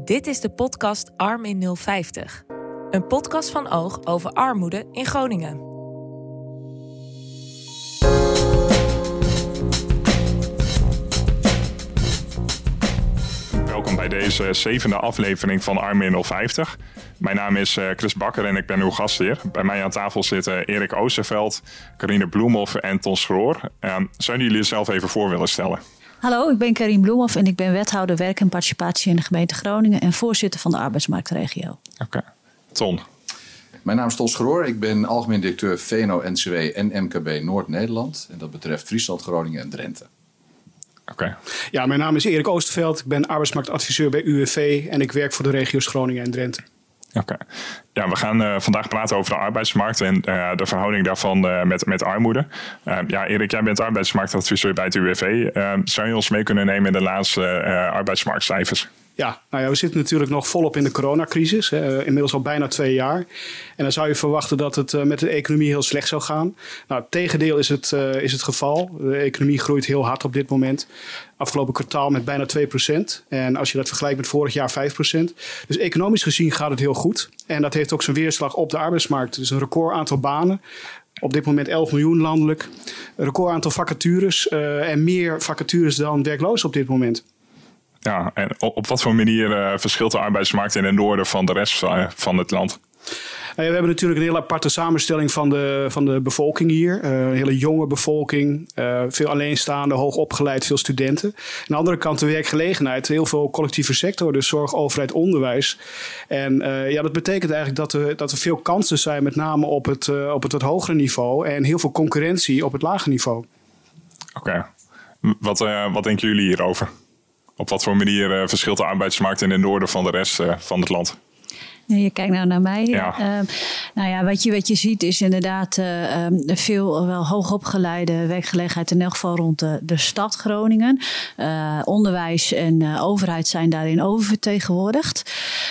Dit is de podcast Arm in 050. Een podcast van Oog over armoede in Groningen. Welkom bij deze 7e aflevering van Arm in 050. Mijn naam is Chris Bakker en ik ben uw gastheer. Bij mij aan tafel zitten Erik Oosterveld, Carine Bloemhoff en Ton Schroor. Zouden jullie jezelf even voor willen stellen? Hallo, ik ben Carine Bloemhoff en ik ben wethouder werk en participatie in de gemeente Groningen en voorzitter van de arbeidsmarktregio. Oké. Ton. Mijn naam is Ton Schroor. Ik ben algemeen directeur VNO-NCW en MKB Noord-Nederland. En dat betreft Friesland, Groningen en Drenthe. Oké. Ja, mijn naam is Erik Oosterveld. Ik ben arbeidsmarktadviseur bij UWV en ik werk voor de regio's Groningen en Drenthe. Oké. Ja, we gaan vandaag praten over de arbeidsmarkt en de verhouding daarvan met armoede. Erik, jij bent arbeidsmarktadviseur bij het UWV. Zou je ons mee kunnen nemen in de laatste arbeidsmarktcijfers? Ja, we zitten natuurlijk nog volop in de coronacrisis. Inmiddels al bijna 2 jaar. En dan zou je verwachten dat het met de economie heel slecht zou gaan. Nou, het tegendeel is het geval. De economie groeit heel hard op dit moment. Afgelopen kwartaal met bijna 2%. En als je dat vergelijkt met vorig jaar 5%. Dus economisch gezien gaat het heel goed. En dat heeft ook zijn weerslag op de arbeidsmarkt. Dus een record aantal banen. Op dit moment 11 miljoen landelijk. Een record aantal vacatures. En meer vacatures dan werklozen op dit moment. Ja, en op wat voor manier verschilt de arbeidsmarkt in het noorden van de rest van het land? We hebben natuurlijk een hele aparte samenstelling van de bevolking hier. Een hele jonge bevolking, veel alleenstaande, hoog opgeleid, veel studenten. Aan de andere kant de werkgelegenheid, heel veel collectieve sector, dus zorg, overheid, onderwijs. En dat betekent eigenlijk dat er veel kansen zijn, met name op het hogere niveau en heel veel concurrentie op het lage niveau. Oké. Wat denken jullie hierover? Op wat voor manier verschilt de arbeidsmarkt in het noorden van de rest van het land? Je kijkt nou naar mij. Ja. Wat je ziet is inderdaad veel wel hoogopgeleide werkgelegenheid, in elk geval rond de stad Groningen. Onderwijs en overheid zijn daarin oververtegenwoordigd.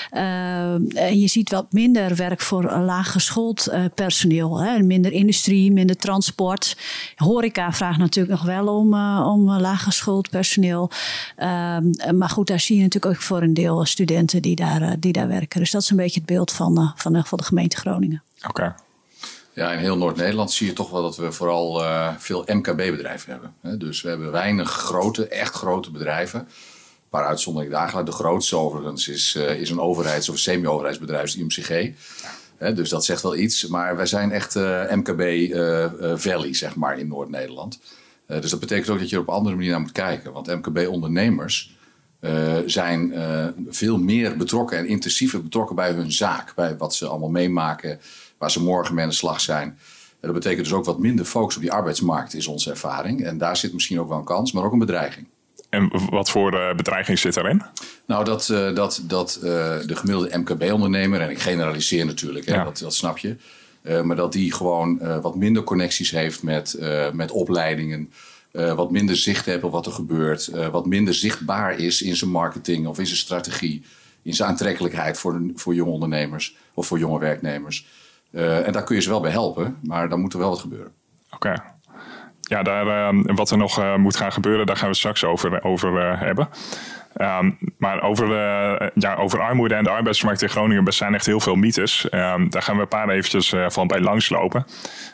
En je ziet wat minder werk voor laaggeschoold personeel. Minder industrie, minder transport. Horeca vraagt natuurlijk nog wel om laaggeschoold personeel. Maar goed, daar zie je natuurlijk ook voor een deel studenten die daar werken. Dus dat is een beetje het beeld van de gemeente Groningen. Oké. Ja, in heel Noord-Nederland zie je toch wel dat we vooral veel MKB-bedrijven hebben. Dus we hebben weinig echt grote bedrijven. Een paar uitzonderingen daar. De grootste overigens is een overheids- of semi-overheidsbedrijf, de IMCG. Dus dat zegt wel iets. Maar wij zijn echt MKB-valley, zeg maar, in Noord-Nederland. Dus dat betekent ook dat je er op een andere manier naar moet kijken. Want MKB-ondernemers zijn veel meer betrokken en intensiever betrokken bij hun zaak. Bij wat ze allemaal meemaken, waar ze morgen mee aan de slag zijn. Dat betekent dus ook wat minder focus op die arbeidsmarkt, is onze ervaring. En daar zit misschien ook wel een kans, maar ook een bedreiging. En wat voor bedreiging zit daarin? Nou, dat de gemiddelde MKB-ondernemer, en ik generaliseer natuurlijk, ja. Dat snap je. Maar dat die gewoon wat minder connecties heeft met opleidingen. Wat minder zicht heeft op wat er gebeurt. Wat minder zichtbaar is in zijn marketing of in zijn strategie. In zijn aantrekkelijkheid voor jonge ondernemers of voor jonge werknemers. En daar kun je ze wel bij helpen, maar dan moet er wel wat gebeuren. Oké. Ja, wat er nog moet gaan gebeuren, daar gaan we straks over hebben. Maar over armoede en de arbeidsmarkt in Groningen zijn echt heel veel mythes. Daar gaan we een paar eventjes van bij langslopen.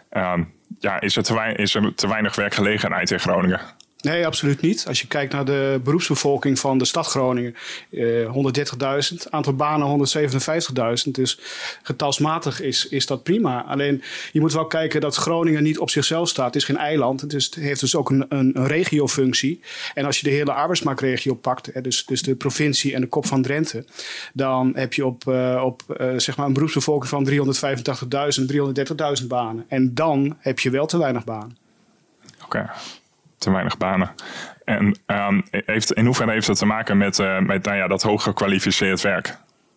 Is er te weinig werkgelegenheid in Groningen? Nee, absoluut niet. Als je kijkt naar de beroepsbevolking van de stad Groningen, 130.000, aantal banen 157.000. Dus getalsmatig is dat prima. Alleen je moet wel kijken dat Groningen niet op zichzelf staat. Het is geen eiland. Het heeft dus ook een regiofunctie. En als je de hele arbeidsmarktregio pakt, dus de provincie en de kop van Drenthe, dan heb je op een beroepsbevolking van 385.000, 330.000 banen. En dan heb je wel te weinig banen. Oké. Te weinig banen. En in hoeverre heeft dat te maken met dat hoog gekwalificeerd werk?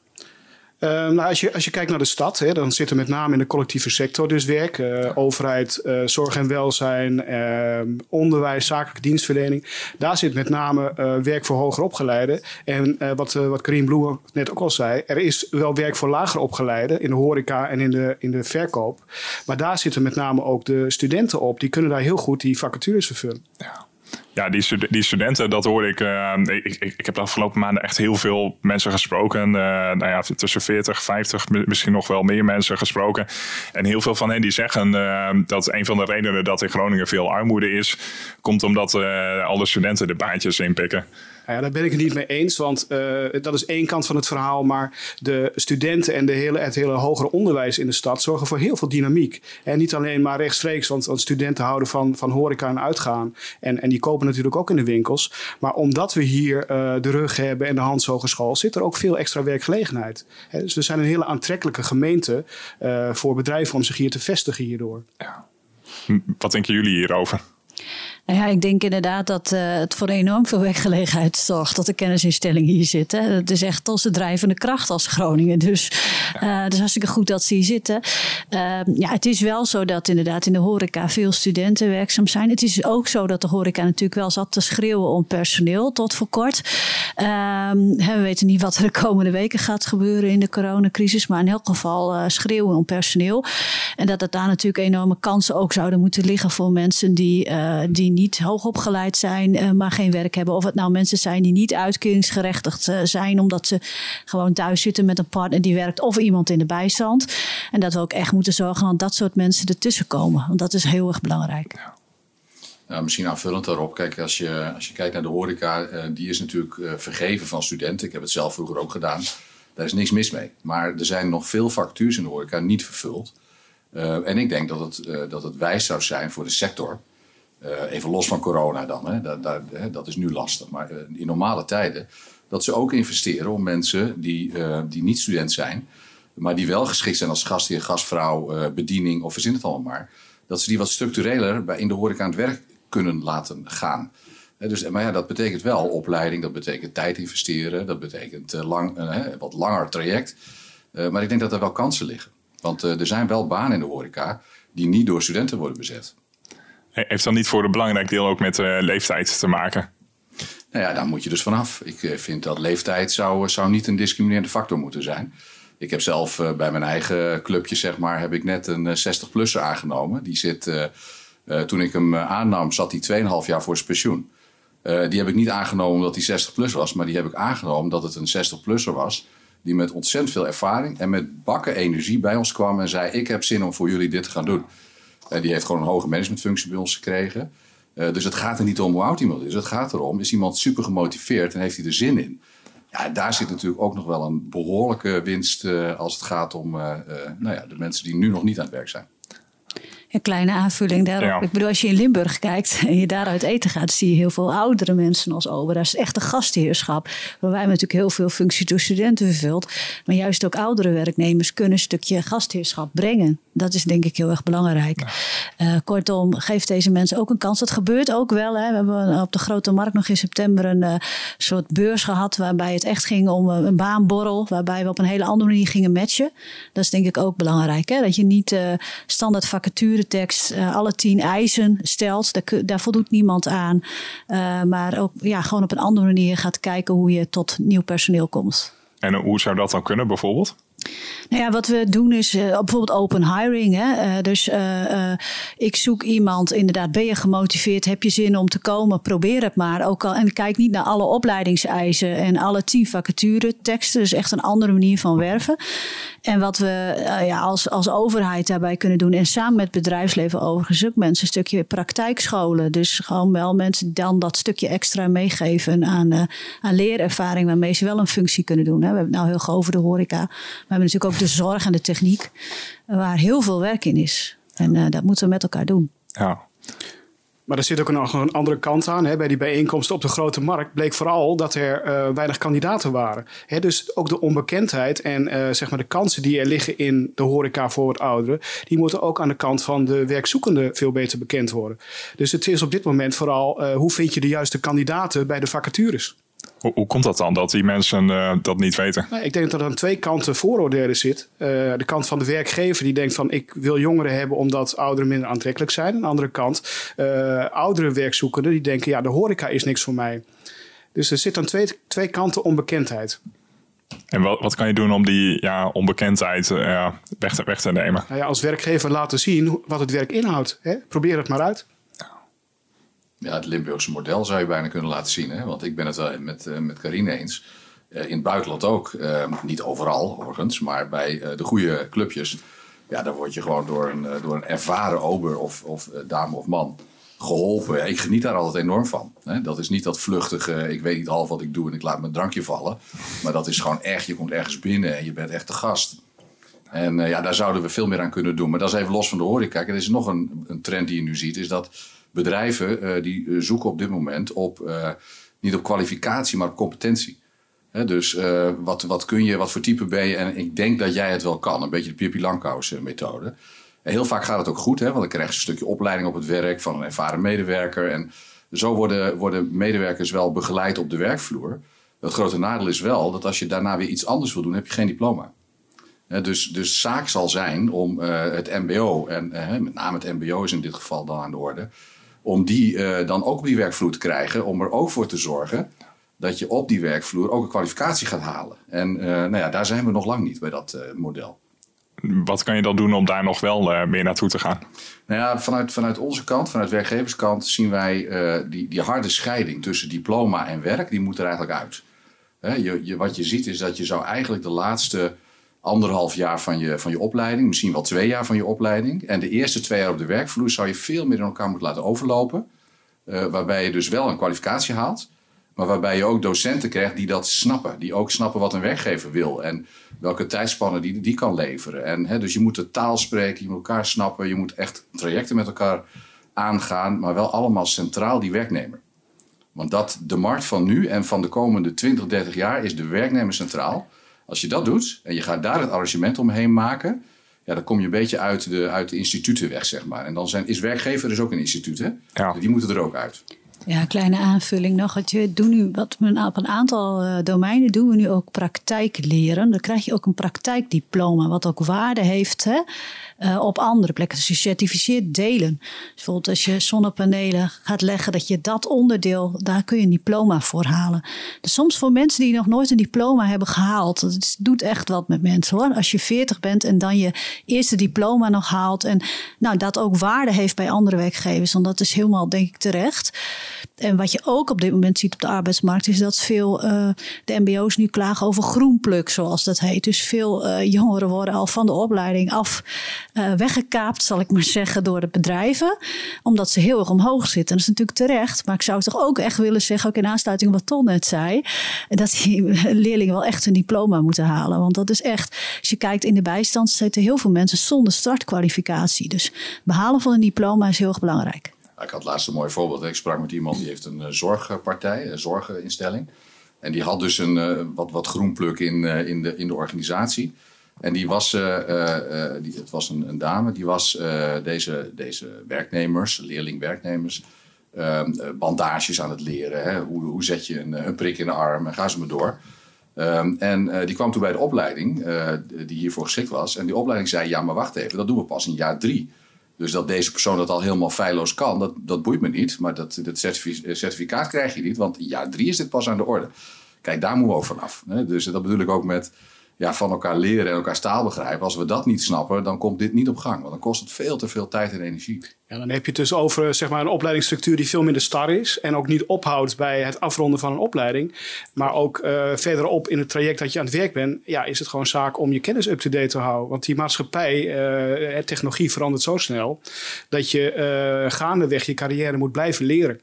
Als je kijkt naar de stad, dan zit er met name in de collectieve sector dus werk. Overheid, zorg en welzijn, onderwijs, zakelijke dienstverlening. Daar zit met name werk voor hoger opgeleiden. En wat Carine Bloemhoff net ook al zei, er is wel werk voor lager opgeleiden in de horeca en in de verkoop. Maar daar zitten met name ook de studenten op. Die kunnen daar heel goed die vacatures vervullen. Ja. Ja, die studenten, dat hoor ik. Ik heb de afgelopen maanden echt heel veel mensen gesproken. Tussen 40, 50, misschien nog wel meer mensen gesproken. En heel veel van hen die zeggen dat een van de redenen dat in Groningen veel armoede is, komt omdat alle studenten de baantjes inpikken. Ja, daar ben ik het niet mee eens, want dat is één kant van het verhaal. Maar de studenten en het hele hogere onderwijs in de stad zorgen voor heel veel dynamiek. En niet alleen maar rechtstreeks, want studenten houden van horeca en uitgaan. En die kopen natuurlijk ook in de winkels. Maar omdat we hier de RUG hebben en de Hans Hogeschool, zit er ook veel extra werkgelegenheid. Dus we zijn een hele aantrekkelijke gemeente voor bedrijven om zich hier te vestigen hierdoor. Ja. Wat denken jullie hierover? Nou ja, ik denk inderdaad dat het voor enorm veel werkgelegenheid zorgt dat de kennisinstellingen hier zitten. Het is echt onze drijvende kracht als Groningen. Dus het is hartstikke goed dat ze hier zitten. Het is wel zo dat inderdaad in de horeca veel studenten werkzaam zijn. Het is ook zo dat de horeca natuurlijk wel zat te schreeuwen om personeel tot voor kort. We weten niet wat er de komende weken gaat gebeuren in de coronacrisis. Maar in elk geval schreeuwen om personeel. En dat daar natuurlijk enorme kansen ook zouden moeten liggen voor mensen die niet hoogopgeleid zijn, maar geen werk hebben. Of het nou mensen zijn die niet uitkeringsgerechtigd zijn, omdat ze gewoon thuis zitten met een partner die werkt of iemand in de bijstand. En dat we ook echt moeten zorgen dat dat soort mensen ertussen komen. Want dat is heel erg belangrijk. Ja, misschien aanvullend daarop. Kijk, als je kijkt naar de horeca, die is natuurlijk vergeven van studenten. Ik heb het zelf vroeger ook gedaan. Daar is niks mis mee. Maar er zijn nog veel vacatures in de horeca niet vervuld. En ik denk dat het wijs zou zijn voor de sector. Even los van corona dan. Dat is nu lastig. Maar in normale tijden. Dat ze ook investeren om mensen die niet student zijn. Maar die wel geschikt zijn als gastheer, gastvrouw, bediening of verzin het allemaal maar. Dat ze die wat structureler in de horeca aan het werk kunnen laten gaan. Maar dat betekent wel opleiding. Dat betekent tijd investeren. Dat betekent wat langer traject. Maar ik denk dat er wel kansen liggen. Want er zijn wel banen in de horeca die niet door studenten worden bezet. Heeft dan niet voor een belangrijk deel ook met leeftijd te maken? Nou ja, daar moet je dus vanaf. Ik vind dat leeftijd zou niet een discriminerende factor moeten zijn. Ik heb zelf bij mijn eigen clubje, zeg maar, heb ik net een 60-plusser aangenomen. Die zit, toen ik hem aannam, zat hij 2,5 jaar voor zijn pensioen. Die heb ik niet aangenomen omdat hij 60-plus was, maar die heb ik aangenomen dat het een 60-plusser was. Die met ontzettend veel ervaring en met bakken energie bij ons kwam en zei: ik heb zin om voor jullie dit te gaan doen. Die heeft gewoon een hoge managementfunctie bij ons gekregen. Dus het gaat er niet om hoe oud iemand is. Het gaat erom, is iemand super gemotiveerd en heeft hij er zin in? Ja, daar zit natuurlijk ook nog wel een behoorlijke winst als het gaat om de mensen die nu nog niet aan het werk zijn. Een kleine aanvulling daarop. Ja. Ik bedoel, als je in Limburg kijkt en je daaruit eten gaat, zie je heel veel oudere mensen als ober. Dat is echt een gastheerschap. Waar wij hebben natuurlijk heel veel functies door studenten vervuld. Maar juist ook oudere werknemers kunnen een stukje gastheerschap brengen. Dat is denk ik heel erg belangrijk. Ja. Kortom, geef deze mensen ook een kans. Dat gebeurt ook wel. Hè. We hebben op de Grote Markt nog in september een soort beurs gehad waarbij het echt ging om een baanborrel. Waarbij we op een hele andere manier gingen matchen. Dat is denk ik ook belangrijk. Hè. Dat je niet standaard vacaturetekst alle 10 eisen stelt. Daar voldoet niemand aan. Maar ook gewoon op een andere manier gaat kijken hoe je tot nieuw personeel komt. En hoe zou dat dan kunnen bijvoorbeeld? Nou ja, wat we doen is bijvoorbeeld open hiring. Hè? Dus ik zoek iemand, inderdaad, ben je gemotiveerd? Heb je zin om te komen? Probeer het maar. En kijk niet naar alle opleidingseisen en alle 10 vacatureteksten. Dus echt een andere manier van werven. En wat we als overheid daarbij kunnen doen, en samen met het bedrijfsleven overigens ook mensen, een stukje praktijkscholen. Dus gewoon wel mensen dan dat stukje extra meegeven aan leerervaring waarmee ze wel een functie kunnen doen. Hè? We hebben het nou heel veel over de horeca. We hebben natuurlijk ook de zorg en de techniek, waar heel veel werk in is. En dat moeten we met elkaar doen. Ja. Maar er zit ook nog een andere kant aan. Hè. Bij die bijeenkomsten op de Grote Markt bleek vooral dat er weinig kandidaten waren. Hè, dus ook de onbekendheid en zeg maar de kansen die er liggen in de horeca voor het ouderen, die moeten ook aan de kant van de werkzoekenden veel beter bekend worden. Dus het is op dit moment vooral hoe vind je de juiste kandidaten bij de vacatures. Hoe komt dat dan, dat die mensen dat niet weten? Nou, ik denk dat er aan 2 kanten vooroordelen zit. De kant van de werkgever die denkt van ik wil jongeren hebben omdat ouderen minder aantrekkelijk zijn. Aan de andere kant oudere werkzoekenden die denken de horeca is niks voor mij. Dus er zit aan twee kanten onbekendheid. En wat kan je doen om die onbekendheid weg te nemen? Nou als werkgever laten zien wat het werk inhoudt. Hè? Probeer het maar uit. Ja, het Limburgse model zou je bijna kunnen laten zien. Hè? Want ik ben het wel met Carine eens. In het buitenland ook. Niet overal overigens, maar bij de goede clubjes. Ja, daar word je gewoon door een ervaren ober of dame of man geholpen. Ja, ik geniet daar altijd enorm van. Hè? Dat is niet dat vluchtige, ik weet niet half wat ik doe en ik laat mijn drankje vallen. Maar dat is gewoon echt, je komt ergens binnen en je bent echt de gast. En daar zouden we veel meer aan kunnen doen. Maar dat is even los van de horeca. Kijk, er is nog een trend die je nu ziet. Is dat bedrijven die zoeken op dit moment niet op kwalificatie, maar op competentie. Dus wat kun je, wat voor type ben je? En ik denk dat jij het wel kan. Een beetje de Pippi Langkous methode. En heel vaak gaat het ook goed. Want dan krijg je een stukje opleiding op het werk van een ervaren medewerker. En zo worden medewerkers wel begeleid op de werkvloer. Het grote nadeel is wel dat als je daarna weer iets anders wil doen, heb je geen diploma. Dus zaak zal zijn om het mbo, en met name het mbo is in dit geval dan aan de orde, om die dan ook op die werkvloer te krijgen. Om er ook voor te zorgen dat je op die werkvloer ook een kwalificatie gaat halen. En daar zijn we nog lang niet bij dat model. Wat kan je dan doen om daar nog wel meer naartoe te gaan? Nou ja, vanuit onze kant, vanuit werkgeverskant, zien wij die harde scheiding tussen diploma en werk, die moet er eigenlijk uit. Wat je ziet is dat je zou eigenlijk de laatste 1,5 jaar van je opleiding, misschien wel 2 jaar van je opleiding, en de eerste 2 jaar op de werkvloer zou je veel meer in elkaar moeten laten overlopen. Waarbij je dus wel een kwalificatie haalt, maar waarbij je ook docenten krijgt die dat snappen. Die ook snappen wat een werkgever wil en welke tijdspannen die kan leveren. En, dus je moet de taal spreken, je moet elkaar snappen, je moet echt trajecten met elkaar aangaan, maar wel allemaal centraal die werknemer. Want de markt van nu en van de komende 20, 30 jaar is de werknemer centraal. Als je dat doet en je gaat daar het arrangement omheen maken, dan kom je een beetje uit de instituten weg, zeg maar. En dan is werkgever dus ook een instituut, hè? Ja. Die moeten er ook uit. Ja, kleine aanvulling nog. Op een aantal domeinen doen we nu ook praktijk leren. Dan krijg je ook een praktijkdiploma, wat ook waarde heeft op andere plekken. Dus je certificeert delen. Dus bijvoorbeeld als je zonnepanelen gaat leggen, dat je dat onderdeel, daar kun je een diploma voor halen. Dus soms voor mensen die nog nooit een diploma hebben gehaald, het doet echt wat met mensen hoor. Als je 40 bent en dan je eerste diploma nog haalt en dat ook waarde heeft bij andere werkgevers, want dat is helemaal denk ik terecht. En wat je ook op dit moment ziet op de arbeidsmarkt is dat veel de mbo's nu klagen over groenpluk, zoals dat heet. Dus veel jongeren worden al van de opleiding af weggekaapt, zal ik maar zeggen, door de bedrijven. Omdat ze heel erg omhoog zitten. Dat is natuurlijk terecht. Maar ik zou toch ook echt willen zeggen, ook in aansluiting op wat Ton net zei, dat die leerlingen wel echt een diploma moeten halen. Want dat is echt, als je kijkt in de bijstand, zitten heel veel mensen zonder startkwalificatie. Dus behalen van een diploma is heel erg belangrijk. Ik had laatst een mooi voorbeeld. Ik sprak met iemand die heeft een zorgpartij, een zorginstelling. En die had dus een wat groenpluk in de organisatie. En die was, het was een dame, die was deze werknemers, leerlingwerknemers, bandages aan het leren. Hè? Hoe zet je een prik in de arm en ga ze maar door. Die kwam toen bij de opleiding die hiervoor geschikt was. En die opleiding zei, ja maar wacht even, dat doen we pas in jaar 3. Dus dat deze persoon dat al helemaal feilloos kan, dat boeit me niet. Maar dat certificaat krijg je niet, want in jaar 3 is dit pas aan de orde. Kijk, daar moeten we ook vanaf. Hè? Dus dat bedoel ik ook met van elkaar leren en elkaar taal begrijpen. Als we dat niet snappen, dan komt dit niet op gang. Want dan kost het veel te veel tijd en energie. Ja, dan heb je het dus over zeg maar, een opleidingsstructuur die veel minder star is. En ook niet ophoudt bij het afronden van een opleiding. Maar ook verderop in het traject dat je aan het werk bent, is het gewoon zaak om je kennis up-to-date te houden. Want die maatschappij, technologie verandert zo snel, dat je gaandeweg je carrière moet blijven leren.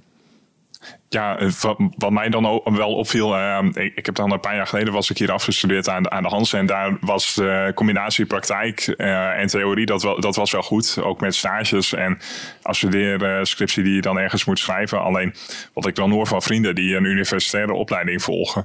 Ja, wat mij dan wel opviel, ik heb dan een paar jaar geleden was ik hier afgestudeerd aan de Hansen. En daar was de combinatie praktijk en theorie, dat was wel goed. Ook met stages en afstudeerscriptie die je dan ergens moet schrijven. Alleen wat ik dan hoor van vrienden die een universitaire opleiding volgen.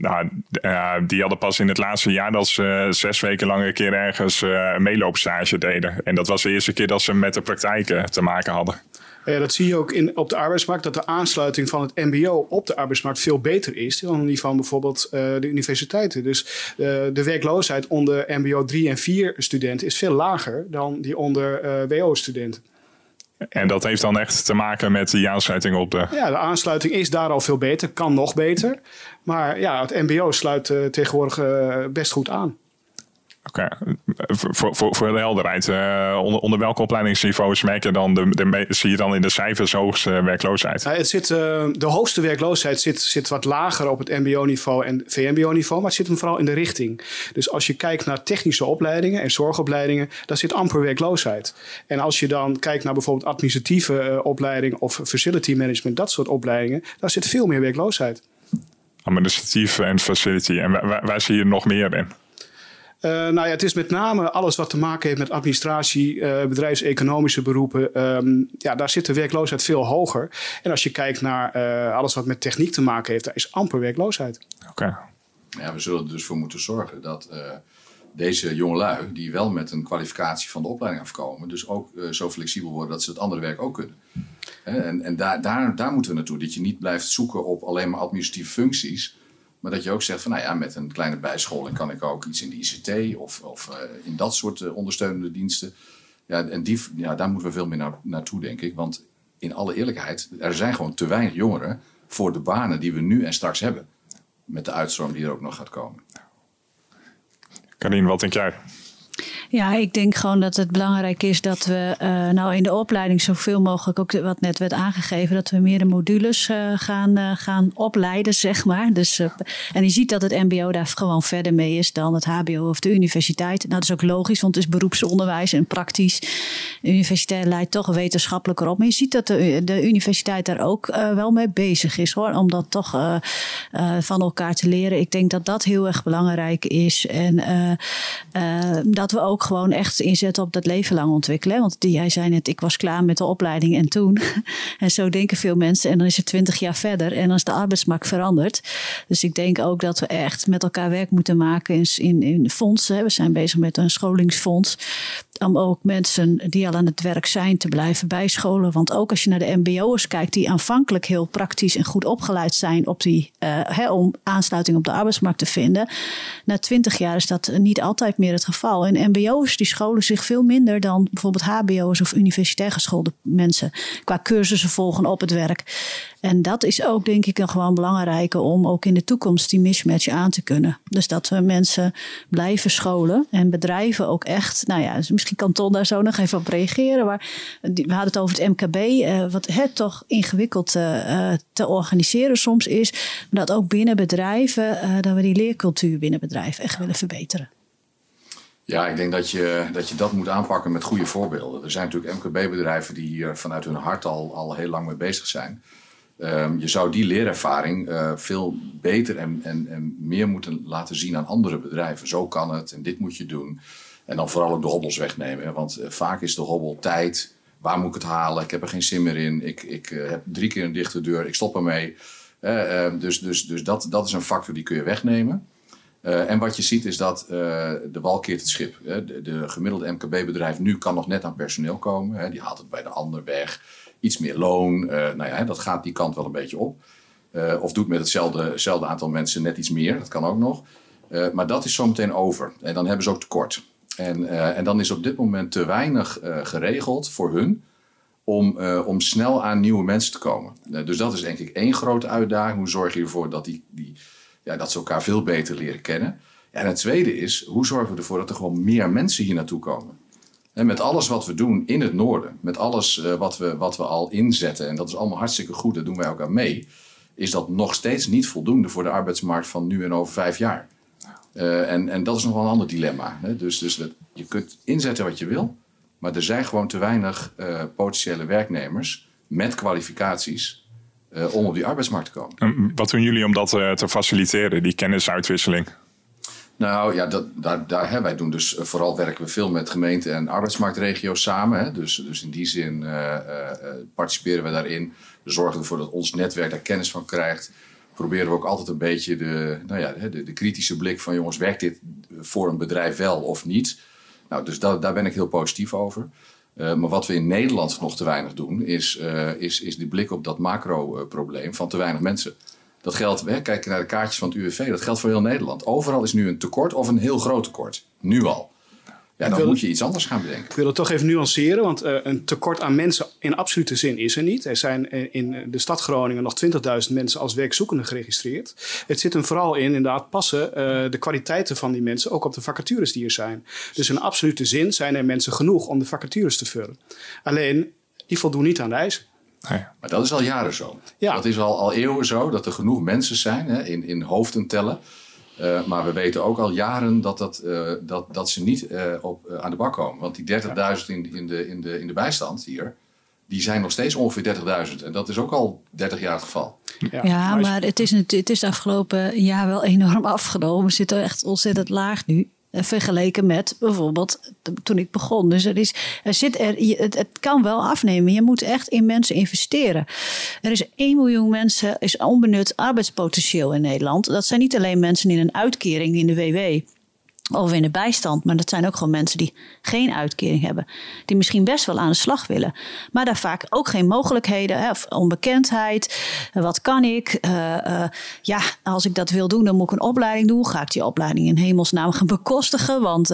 Die hadden pas in het laatste jaar dat ze 6 weken lang een keer ergens een meeloopstage deden. En dat was de eerste keer dat ze met de praktijk te maken hadden. Dat zie je ook op de arbeidsmarkt, dat de aansluiting van het mbo op de arbeidsmarkt veel beter is dan die van bijvoorbeeld de universiteiten. Dus de werkloosheid onder mbo 3 en 4 studenten is veel lager dan die onder wo-studenten. En dat heeft dan echt te maken met die aansluiting op de... Ja, de aansluiting is daar al veel beter, kan nog beter. Maar het mbo sluit tegenwoordig best goed aan. Oké. Voor de helderheid, onder welke opleidingsniveaus merk je dan zie je dan in de cijfers hoogste werkloosheid? De hoogste werkloosheid zit wat lager op het mbo-niveau en VMBO-niveau, maar het zit hem vooral in de richting. Dus als je kijkt naar technische opleidingen en zorgopleidingen, daar zit amper werkloosheid. En als je dan kijkt naar bijvoorbeeld administratieve opleidingen of facility management, dat soort opleidingen, daar zit veel meer werkloosheid. Administratief en facility. En waar zie je nog meer in? Het is met name alles wat te maken heeft met administratie, bedrijfseconomische beroepen. Daar zit de werkloosheid veel hoger. En als je kijkt naar alles wat met techniek te maken heeft, daar is amper werkloosheid. Oké. Ja, we zullen er dus voor moeten zorgen dat deze jongelui, die wel met een kwalificatie van de opleiding afkomen, dus ook zo flexibel worden dat ze het andere werk ook kunnen. En daar moeten we naartoe. Dat je niet blijft zoeken op alleen maar administratieve functies. Maar dat je ook zegt van met een kleine bijscholing kan ik ook iets in de ICT of in dat soort ondersteunende diensten. Ja, en daar moeten we veel meer naartoe, denk ik. Want in alle eerlijkheid, er zijn gewoon te weinig jongeren voor de banen die we nu en straks hebben. Met de uitstroom die er ook nog gaat komen. Carien, wat denk jij? Ja, ik denk gewoon dat het belangrijk is dat we in de opleiding zoveel mogelijk, ook wat net werd aangegeven, dat we meer de modules gaan opleiden, zeg maar. Dus, en je ziet dat het mbo daar gewoon verder mee is dan het hbo of de universiteit. Nou, dat is ook logisch, want het is beroepsonderwijs en praktisch. De universiteit leidt toch wetenschappelijker op. Maar je ziet dat de universiteit daar ook wel mee bezig is, hoor. Om dat toch van elkaar te leren. Ik denk dat dat heel erg belangrijk is. En dat we ook gewoon echt inzetten op dat leven lang ontwikkelen. Want jij zei net, ik was klaar met de opleiding en toen. En zo denken veel mensen. En dan is het 20 jaar verder en dan is de arbeidsmarkt veranderd. Dus ik denk ook dat we echt met elkaar werk moeten maken in fondsen. We zijn bezig met een scholingsfonds. Om ook mensen die al aan het werk zijn te blijven bijscholen. Want ook als je naar de mbo'ers kijkt die aanvankelijk heel praktisch en goed opgeleid zijn op om aansluiting op de arbeidsmarkt te vinden. Na 20 jaar is dat niet altijd meer het geval. En mbo'ers die scholen zich veel minder dan bijvoorbeeld hbo'ers of universitair geschoolde mensen. Qua cursussen volgen op het werk. En dat is ook denk ik een gewoon belangrijke om ook in de toekomst die mismatch aan te kunnen. Dus dat we mensen blijven scholen en bedrijven ook echt, dus misschien kan Ton daar zo nog even op reageren. Maar we hadden het over het MKB, wat het toch ingewikkeld te organiseren soms is. Maar dat ook binnen bedrijven, dat we die leercultuur binnen bedrijven echt willen verbeteren. Ja, ik denk dat je dat moet aanpakken met goede voorbeelden. Er zijn natuurlijk MKB-bedrijven die hier vanuit hun hart al heel lang mee bezig zijn. Je zou die leerervaring veel beter en meer moeten laten zien aan andere bedrijven. Zo kan het en dit moet je doen. En dan vooral ook de hobbels wegnemen. Want vaak is de hobbel tijd. Waar moet ik het halen? Ik heb er geen zin meer in. Ik heb 3 keer een dichte deur. Ik stop ermee. Dus dat is een factor die kun je wegnemen. En wat je ziet is dat de wal keert het schip. De gemiddelde MKB-bedrijf nu kan nog net aan personeel komen. Die haalt het bij de ander weg. Iets meer loon. Dat gaat die kant wel een beetje op. Of doet met hetzelfde aantal mensen net iets meer. Dat kan ook nog. Maar dat is zometeen over. En dan hebben ze ook tekort. En dan is op dit moment te weinig geregeld voor hun om snel aan nieuwe mensen te komen. Dus dat is denk ik 1 grote uitdaging. Hoe zorg je ervoor dat dat ze elkaar veel beter leren kennen? En het tweede is, hoe zorgen we ervoor dat er gewoon meer mensen hier naartoe komen? En met alles wat we doen in het noorden, met alles wat we al inzetten, en dat is allemaal hartstikke goed, daar doen wij ook aan mee, is dat nog steeds niet voldoende voor de arbeidsmarkt van nu en over 5 jaar. En dat is nog wel een ander dilemma. Hè? Dus je kunt inzetten wat je wil, maar er zijn gewoon te weinig potentiële werknemers met kwalificaties om op die arbeidsmarkt te komen. Wat doen jullie om dat te faciliteren, die kennisuitwisseling? Nou ja, wij doen dus vooral werken we veel met gemeenten en arbeidsmarktregio's samen. Hè? Dus in die zin participeren we daarin. We zorgen ervoor dat ons netwerk daar kennis van krijgt. Proberen we ook altijd een beetje de kritische blik van jongens, werkt dit voor een bedrijf wel of niet? Nou, dus daar ben ik heel positief over. Maar wat we in Nederland nog te weinig doen, is de blik op dat macro-probleem van te weinig mensen. Dat geldt, kijk naar de kaartjes van het UWV, dat geldt voor heel Nederland. Overal is nu een tekort of een heel groot tekort. Nu al. Ja, dan moet je iets anders gaan bedenken. Ik wil het toch even nuanceren, want een tekort aan mensen in absolute zin is er niet. Er zijn in de stad Groningen nog 20.000 mensen als werkzoekenden geregistreerd. Het zit hem vooral in, inderdaad, passen de kwaliteiten van die mensen ook op de vacatures die er zijn. Dus in absolute zin zijn er mensen genoeg om de vacatures te vullen. Alleen, die voldoen niet aan de eisen. Nee. Maar dat is al jaren zo. Ja. Dat is al eeuwen zo, dat er genoeg mensen zijn, hè, in hoofden tellen. Maar we weten ook al jaren dat ze niet aan de bak komen. Want die 30.000 in de bijstand hier, die zijn nog steeds ongeveer 30.000. En dat is ook al 30 jaar het geval. Ja, maar het is de afgelopen jaar wel enorm afgenomen. We zitten echt ontzettend laag nu. Vergeleken met bijvoorbeeld toen ik begon. Dus het kan wel afnemen. Je moet echt in mensen investeren. Er is 1 miljoen mensen, is onbenut arbeidspotentieel in Nederland. Dat zijn niet alleen mensen in een uitkering in de WW of in de bijstand. Maar dat zijn ook gewoon mensen die geen uitkering hebben. Die misschien best wel aan de slag willen. Maar daar vaak ook geen mogelijkheden. Of onbekendheid. Wat kan ik? Als ik dat wil doen, dan moet ik een opleiding doen. Ga ik die opleiding in hemelsnaam gaan bekostigen? Want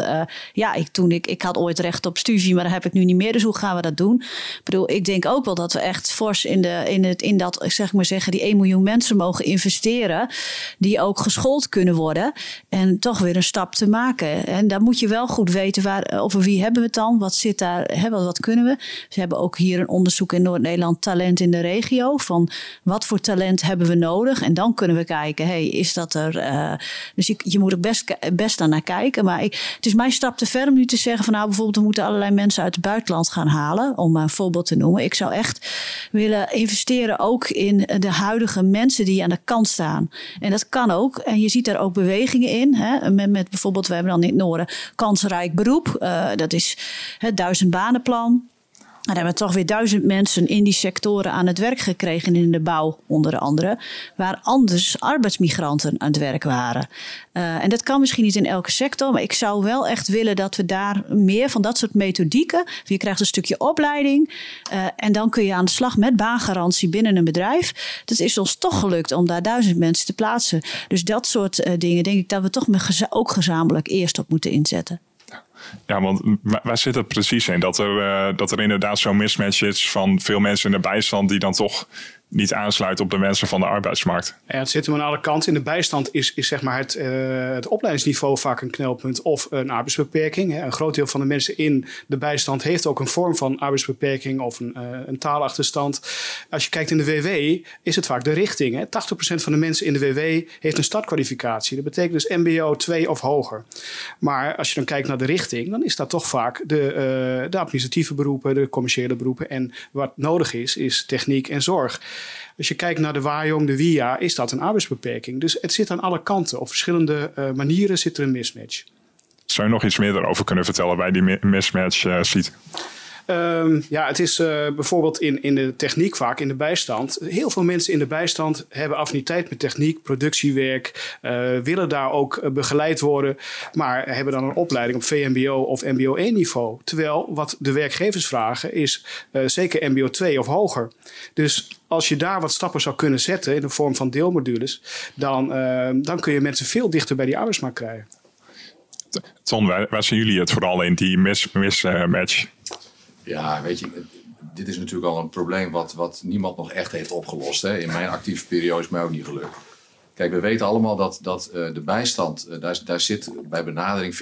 ik had ooit recht op studie, maar dat heb ik nu niet meer. Dus hoe gaan we dat doen? Ik bedoel, ik denk ook wel dat we echt fors in dat, zeg maar zeggen, die 1 miljoen mensen mogen investeren. Die ook geschoold kunnen worden. En toch weer een stap te maken. En daar moet je wel goed weten over wie hebben we het dan? Wat zit daar? Wat kunnen we? Ze hebben ook hier een onderzoek in Noord-Nederland, talent in de regio. Van wat voor talent hebben we nodig? En dan kunnen we kijken, is dat er? Dus je moet er best naar kijken. Maar het is mijn stap te ver om nu te zeggen van bijvoorbeeld we moeten allerlei mensen uit het buitenland gaan halen. Om maar een voorbeeld te noemen. Ik zou echt willen investeren ook in de huidige mensen die aan de kant staan. En dat kan ook. En je ziet daar ook bewegingen in. Met bijvoorbeeld, we hebben dan in het noorden kansrijk beroep. Dat is het 1000 banenplan. Dan hebben we toch weer 1000 mensen in die sectoren aan het werk gekregen. In de bouw onder andere. Waar anders arbeidsmigranten aan het werk waren. En dat kan misschien niet in elke sector. Maar ik zou wel echt willen dat we daar meer van dat soort methodieken. Je krijgt een stukje opleiding. En dan kun je aan de slag met baangarantie binnen een bedrijf. Dat is ons toch gelukt om daar 1000 mensen te plaatsen. Dus dat soort dingen denk ik dat we toch ook gezamenlijk eerst op moeten inzetten. Ja, want waar zit het precies in? Dat er inderdaad zo'n mismatch is van veel mensen in de bijstand die dan toch niet aansluiten op de wensen van de arbeidsmarkt. Ja, het zit hem aan alle kanten. In de bijstand is zeg maar het opleidingsniveau vaak een knelpunt of een arbeidsbeperking. Een groot deel van de mensen in de bijstand heeft ook een vorm van arbeidsbeperking of een taalachterstand. Als je kijkt in de WW is het vaak de richting. 80% van de mensen in de WW heeft een startkwalificatie. Dat betekent dus MBO 2 of hoger. Maar als je dan kijkt naar de richting, dan is dat toch vaak de administratieve beroepen, de commerciële beroepen. En wat nodig is techniek en zorg. Als je kijkt naar de WAJONG, de WIA, is dat een arbeidsbeperking. Dus het zit aan alle kanten. Op verschillende manieren zit er een mismatch. Zou je nog iets meer daarover kunnen vertellen waar je die mismatch ziet? Het is bijvoorbeeld in de techniek vaak, in de bijstand. Heel veel mensen in de bijstand hebben affiniteit met techniek, productiewerk, willen daar ook begeleid worden, maar hebben dan een opleiding op VMBO of MBO 1 niveau. Terwijl wat de werkgevers vragen is zeker MBO 2 of hoger. Dus als je daar wat stappen zou kunnen zetten in de vorm van deelmodules, dan kun je mensen veel dichter bij die arbeidsmarkt krijgen. Ton, waar zien jullie het vooral in, die mismatch? Ja, weet je, dit is natuurlijk al een probleem wat niemand nog echt heeft opgelost. Hè. In mijn actieve periode is mij ook niet gelukt. Kijk, we weten allemaal dat de bijstand, daar zit bij benadering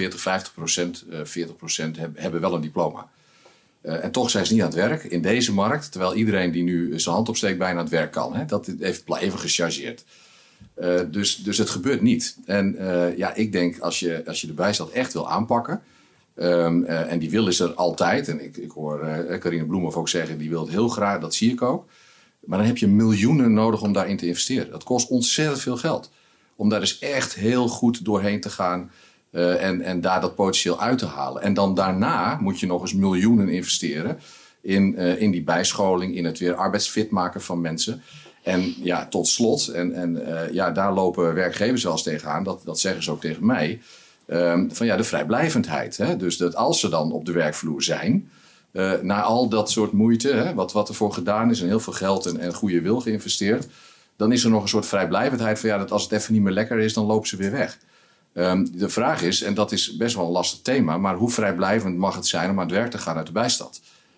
40% hebben wel een diploma. En toch zijn ze niet aan het werk in deze markt. Terwijl iedereen die nu zijn hand opsteekt bijna aan het werk kan. Hè. Dat heeft even gechargeerd. Dus het gebeurt niet. En ik denk als je de bijstand echt wil aanpakken. En die wil is er altijd. En ik hoor Carine Bloemhoff ook zeggen, die wil het heel graag, dat zie ik ook. Maar dan heb je miljoenen nodig om daarin te investeren. Dat kost ontzettend veel geld. Om daar dus echt heel goed doorheen te gaan en daar dat potentieel uit te halen. En dan daarna moet je nog eens miljoenen investeren in die bijscholing, in het weer arbeidsfit maken van mensen. En ja, tot slot, daar lopen werkgevers wel eens tegenaan, dat zeggen ze ook tegen mij, de vrijblijvendheid. Hè? Dus dat als ze dan op de werkvloer zijn, na al dat soort moeite, wat er voor gedaan is en heel veel geld en goede wil geïnvesteerd, dan is er nog een soort vrijblijvendheid van dat als het even niet meer lekker is, dan lopen ze weer weg. De vraag is, en dat is best wel een lastig thema, maar hoe vrijblijvend mag het zijn om aan het werk te gaan uit de bijstand?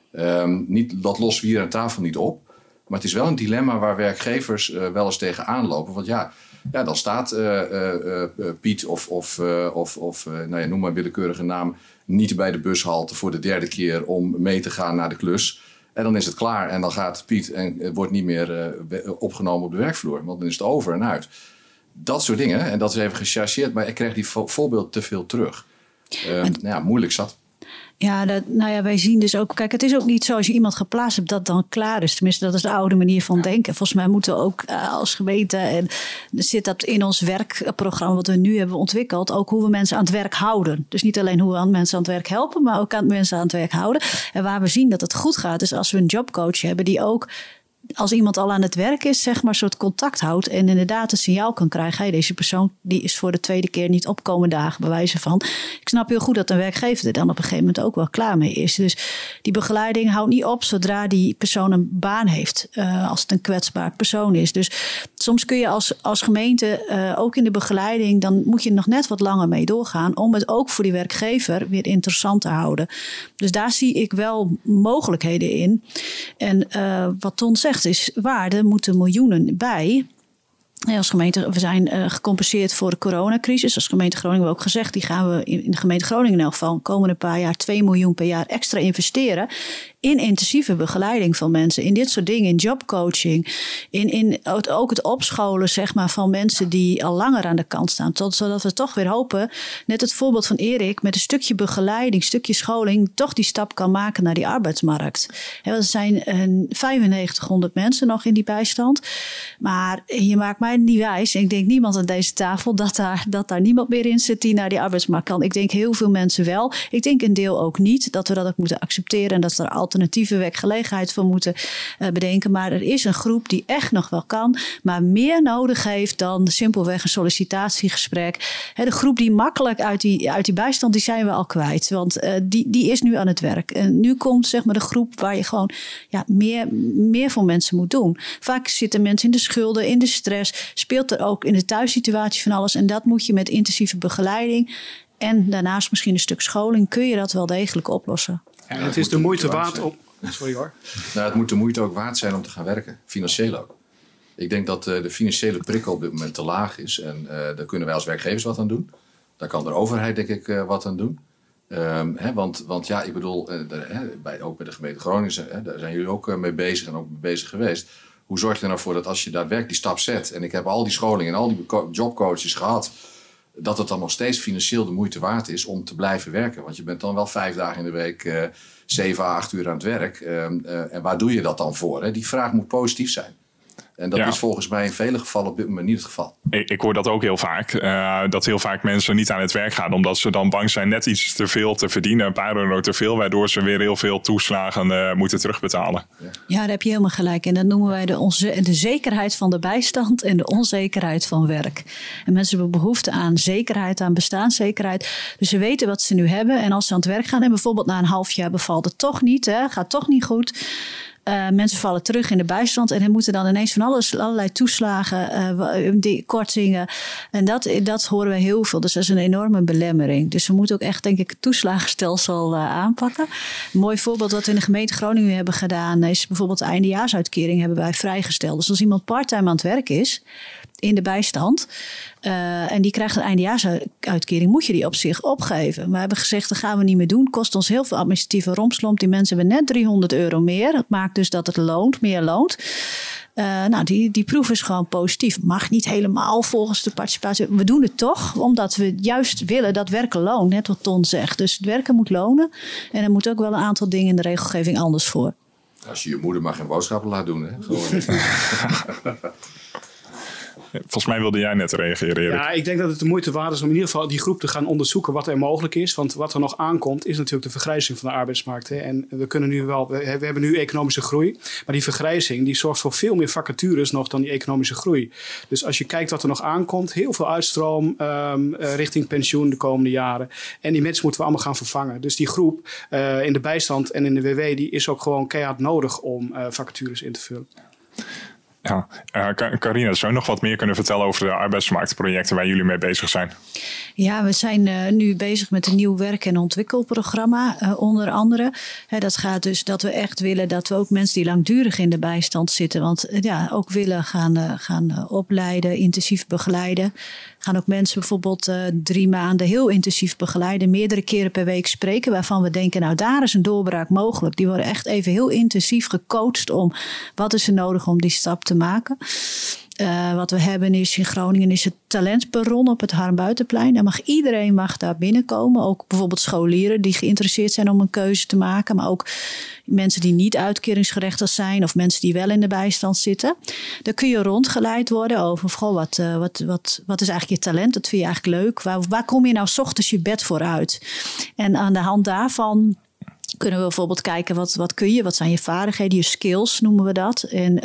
Dat lossen we hier aan tafel niet op. Maar het is wel een dilemma waar werkgevers wel eens tegenaan lopen. Want dan staat Piet of noem maar een willekeurige naam niet bij de bushalte voor de 3e keer om mee te gaan naar de klus. En dan is het klaar en dan gaat Piet en het wordt niet meer opgenomen op de werkvloer. Want dan is het over en uit. Dat soort dingen, en dat is even gechargeerd, maar ik krijg die voorbeeld te veel terug. Moeilijk zat. Ja, wij zien dus ook... Kijk, het is ook niet zo als je iemand geplaatst hebt dat dan klaar is. Tenminste, dat is de oude manier van denken. Volgens mij moeten we ook als gemeente... en zit dat in ons werkprogramma wat we nu hebben ontwikkeld... ook hoe we mensen aan het werk houden. Dus niet alleen hoe we mensen aan het werk helpen... maar ook aan mensen aan het werk houden. En waar we zien dat het goed gaat... is als we een jobcoach hebben die ook... als iemand al aan het werk is, zeg maar, een soort contact houdt... en inderdaad een signaal kan krijgen... Hey, deze persoon die is voor de 2e keer niet opkomende dagen, bij wijze van. Ik snap heel goed dat een werkgever er dan op een gegeven moment ook wel klaar mee is. Dus die begeleiding houdt niet op zodra die persoon een baan heeft... als het een kwetsbaar persoon is. Dus soms kun je als gemeente, ook in de begeleiding... dan moet je nog net wat langer mee doorgaan... om het ook voor die werkgever weer interessant te houden. Dus daar zie ik wel mogelijkheden in. En wat Ton zegt is waar, er moeten miljoenen bij. Als gemeente, we zijn gecompenseerd voor de coronacrisis. Als gemeente Groningen hebben we ook gezegd... die gaan we in de gemeente Groningen in elk geval... de komende paar jaar 2 miljoen per jaar extra investeren... in intensieve begeleiding van mensen. In dit soort dingen, in jobcoaching. In ook het opscholen, zeg maar, van mensen die al langer aan de kant staan. Zodat we toch weer hopen, net het voorbeeld van Erik... met een stukje begeleiding, een stukje scholing... toch die stap kan maken naar die arbeidsmarkt. Er zijn 9500 mensen nog in die bijstand. Maar je maakt mij niet wijs. Ik denk niemand aan deze tafel dat daar niemand meer in zit... die naar die arbeidsmarkt kan. Ik denk heel veel mensen wel. Ik denk een deel ook niet. Dat we dat ook moeten accepteren... en dat er alternatieve werkgelegenheid voor moeten bedenken. Maar er is een groep die echt nog wel kan, maar meer nodig heeft dan simpelweg een sollicitatiegesprek. De groep die makkelijk uit die bijstand, die zijn we al kwijt. Want die is nu aan het werk. En nu komt, zeg maar, de groep waar je gewoon meer voor mensen moet doen. Vaak zitten mensen in de schulden, in de stress. Speelt er ook in de thuissituatie van alles. En dat moet je met intensieve begeleiding en daarnaast misschien een stuk scholing, kun je dat wel degelijk oplossen. Ja, het is de moeite waard om... Sorry hoor. Het moet de moeite ook waard zijn om te gaan werken. Financieel ook. Ik denk dat de financiële prikkel op dit moment te laag is. En daar kunnen wij als werkgevers wat aan doen. Daar kan de overheid, denk ik, wat aan doen. Want ik bedoel, ook bij de gemeente Groningen... daar zijn jullie ook mee bezig en ook mee bezig geweest. Hoe zorg je er nou voor dat als je daadwerkelijk die stap zet... en ik heb al die scholingen en al die jobcoaches gehad... dat het dan nog steeds financieel de moeite waard is om te blijven werken. Want je bent dan wel 5 dagen in de week 7 à 8 uur aan het werk. En waar doe je dat dan voor? Hè? Die vraag moet positief zijn. En dat is volgens mij in vele gevallen op dit moment niet het geval. Ik hoor dat ook heel vaak. Dat heel vaak mensen niet aan het werk gaan. Omdat ze dan bang zijn net iets te veel te verdienen. Een paar euro te veel. Waardoor ze weer heel veel toeslagen moeten terugbetalen. Ja, daar heb je helemaal gelijk. En dat noemen wij de zekerheid van de bijstand. En de onzekerheid van werk. En mensen hebben behoefte aan zekerheid. Aan bestaanszekerheid. Dus ze weten wat ze nu hebben. En als ze aan het werk gaan. En bijvoorbeeld na een half jaar bevalt het toch niet. Gaat toch niet goed. Mensen vallen terug in de bijstand en moeten dan ineens van allerlei toeslagen, kortingen. En dat horen we heel veel. Dus dat is een enorme belemmering. Dus we moeten ook echt, denk ik, het toeslagenstelsel aanpakken. Een mooi voorbeeld wat we in de gemeente Groningen hebben gedaan is bijvoorbeeld de eindejaarsuitkering hebben wij vrijgesteld. Dus als iemand parttime aan het werk is in de bijstand en die krijgt een eindejaarsuitkering, moet je die op zich opgeven. Maar we hebben gezegd, dat gaan we niet meer doen. Kost ons heel veel administratieve rompslomp. Die mensen hebben net €300 meer. Dat maakt dus dat het meer loont. Die proef is gewoon positief. Mag niet helemaal volgens de participatie. We doen het toch, omdat we juist willen dat werken loont. Net wat Ton zegt. Dus het werken moet lonen. En er moet ook wel een aantal dingen in de regelgeving anders voor. Als je moeder maar geen boodschappen laat doen. Hè? Gewoon. Volgens mij wilde jij net reageren, Erik. Ja, ik denk dat het de moeite waard is om in ieder geval die groep te gaan onderzoeken wat er mogelijk is. Want wat er nog aankomt is natuurlijk de vergrijzing van de arbeidsmarkt. Hè. En we hebben nu economische groei. Maar die vergrijzing die zorgt voor veel meer vacatures nog dan die economische groei. Dus als je kijkt wat er nog aankomt, heel veel uitstroom richting pensioen de komende jaren. En die mensen moeten we allemaal gaan vervangen. Dus die groep in de bijstand en in de WW die is ook gewoon keihard nodig om vacatures in te vullen. Ja, Carina, zou je nog wat meer kunnen vertellen over de arbeidsmarktprojecten waar jullie mee bezig zijn? Ja, we zijn nu bezig met een nieuw werk- en ontwikkelprogramma, onder andere. Dat gaat dus dat we echt willen dat we ook mensen die langdurig in de bijstand zitten, want ook willen gaan opleiden, intensief begeleiden. Gaan ook mensen bijvoorbeeld 3 maanden heel intensief begeleiden, meerdere keren per week spreken, waarvan we denken, nou daar is een doorbraak mogelijk. Die worden echt even heel intensief gecoacht om wat is er nodig om die stap te maken. Wat we hebben is in Groningen is het talentperron op het Harm-Buitenplein. Iedereen mag daar binnenkomen. Ook bijvoorbeeld scholieren die geïnteresseerd zijn om een keuze te maken. Maar ook mensen die niet uitkeringsgerechtigd zijn of mensen die wel in de bijstand zitten. Daar kun je rondgeleid worden over wat is eigenlijk je talent? Dat vind je eigenlijk leuk. Waar kom je nou 's ochtends je bed voor uit? En aan de hand daarvan kunnen we bijvoorbeeld kijken wat kun je, wat zijn je vaardigheden, je skills noemen we dat. En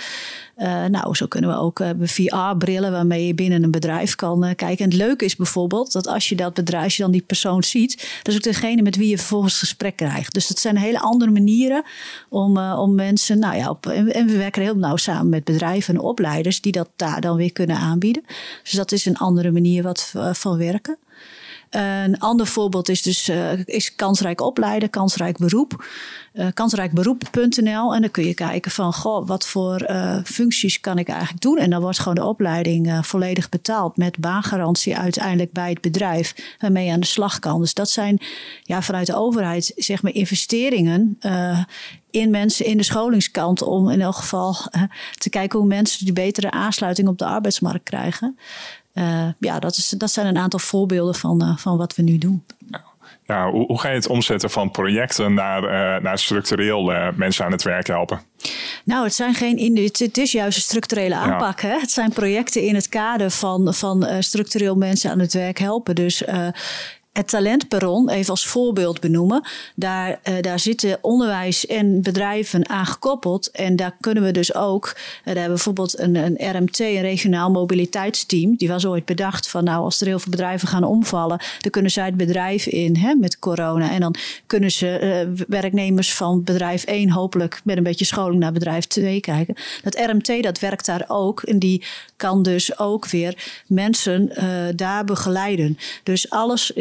zo kunnen we ook VR-brillen waarmee je binnen een bedrijf kan kijken. En het leuke is bijvoorbeeld dat als je dan die persoon ziet, dat is ook degene met wie je vervolgens gesprek krijgt. Dus dat zijn hele andere manieren om mensen, en we werken heel nauw samen met bedrijven en opleiders die dat daar dan weer kunnen aanbieden. Dus dat is een andere manier van werken. Een ander voorbeeld is kansrijk opleiden, kansrijk beroep. Kansrijkberoep.nl. En dan kun je kijken van, wat voor functies kan ik eigenlijk doen? En dan wordt gewoon de opleiding volledig betaald met baangarantie uiteindelijk bij het bedrijf waarmee je aan de slag kan. Dus dat zijn vanuit de overheid zeg maar investeringen in mensen in de scholingskant om in elk geval te kijken hoe mensen die betere aansluiting op de arbeidsmarkt krijgen. Dat zijn een aantal voorbeelden van wat we nu doen. Ja, hoe ga je het omzetten van projecten naar structureel mensen aan het werk helpen? Nou, het is juist een structurele aanpak. Ja. Hè? Het zijn projecten in het kader van structureel mensen aan het werk helpen. Dus het talentperron, even als voorbeeld benoemen. Daar zitten onderwijs en bedrijven aan gekoppeld. En daar kunnen we dus ook. Daar hebben we bijvoorbeeld een RMT, een regionaal mobiliteitsteam. Die was ooit bedacht van als er heel veel bedrijven gaan omvallen, dan kunnen zij het bedrijf in met corona. En dan kunnen ze werknemers van bedrijf 1 hopelijk met een beetje scholing naar bedrijf 2 kijken. Dat RMT dat werkt daar ook. En die kan dus ook weer mensen daar begeleiden. Dus alles,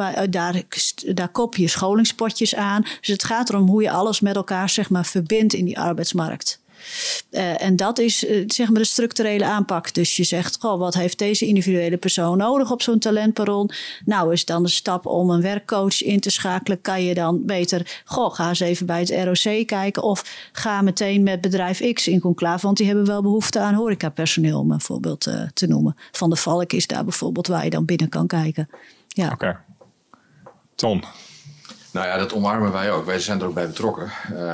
daar kop je scholingspotjes aan. Dus het gaat erom hoe je alles met elkaar zeg maar verbindt in die arbeidsmarkt. En dat is zeg maar de structurele aanpak. Dus je zegt, wat heeft deze individuele persoon nodig op zo'n talentperron? Nou, is dan de stap om een werkcoach in te schakelen. Kan je dan beter, ga eens even bij het ROC kijken. Of ga meteen met bedrijf X in conclave. Want die hebben wel behoefte aan horecapersoneel, om een voorbeeld te noemen. Van de Valk is daar bijvoorbeeld waar je dan binnen kan kijken. Ja. Oké. Ton? Nou ja, dat omarmen wij ook. Wij zijn er ook bij betrokken.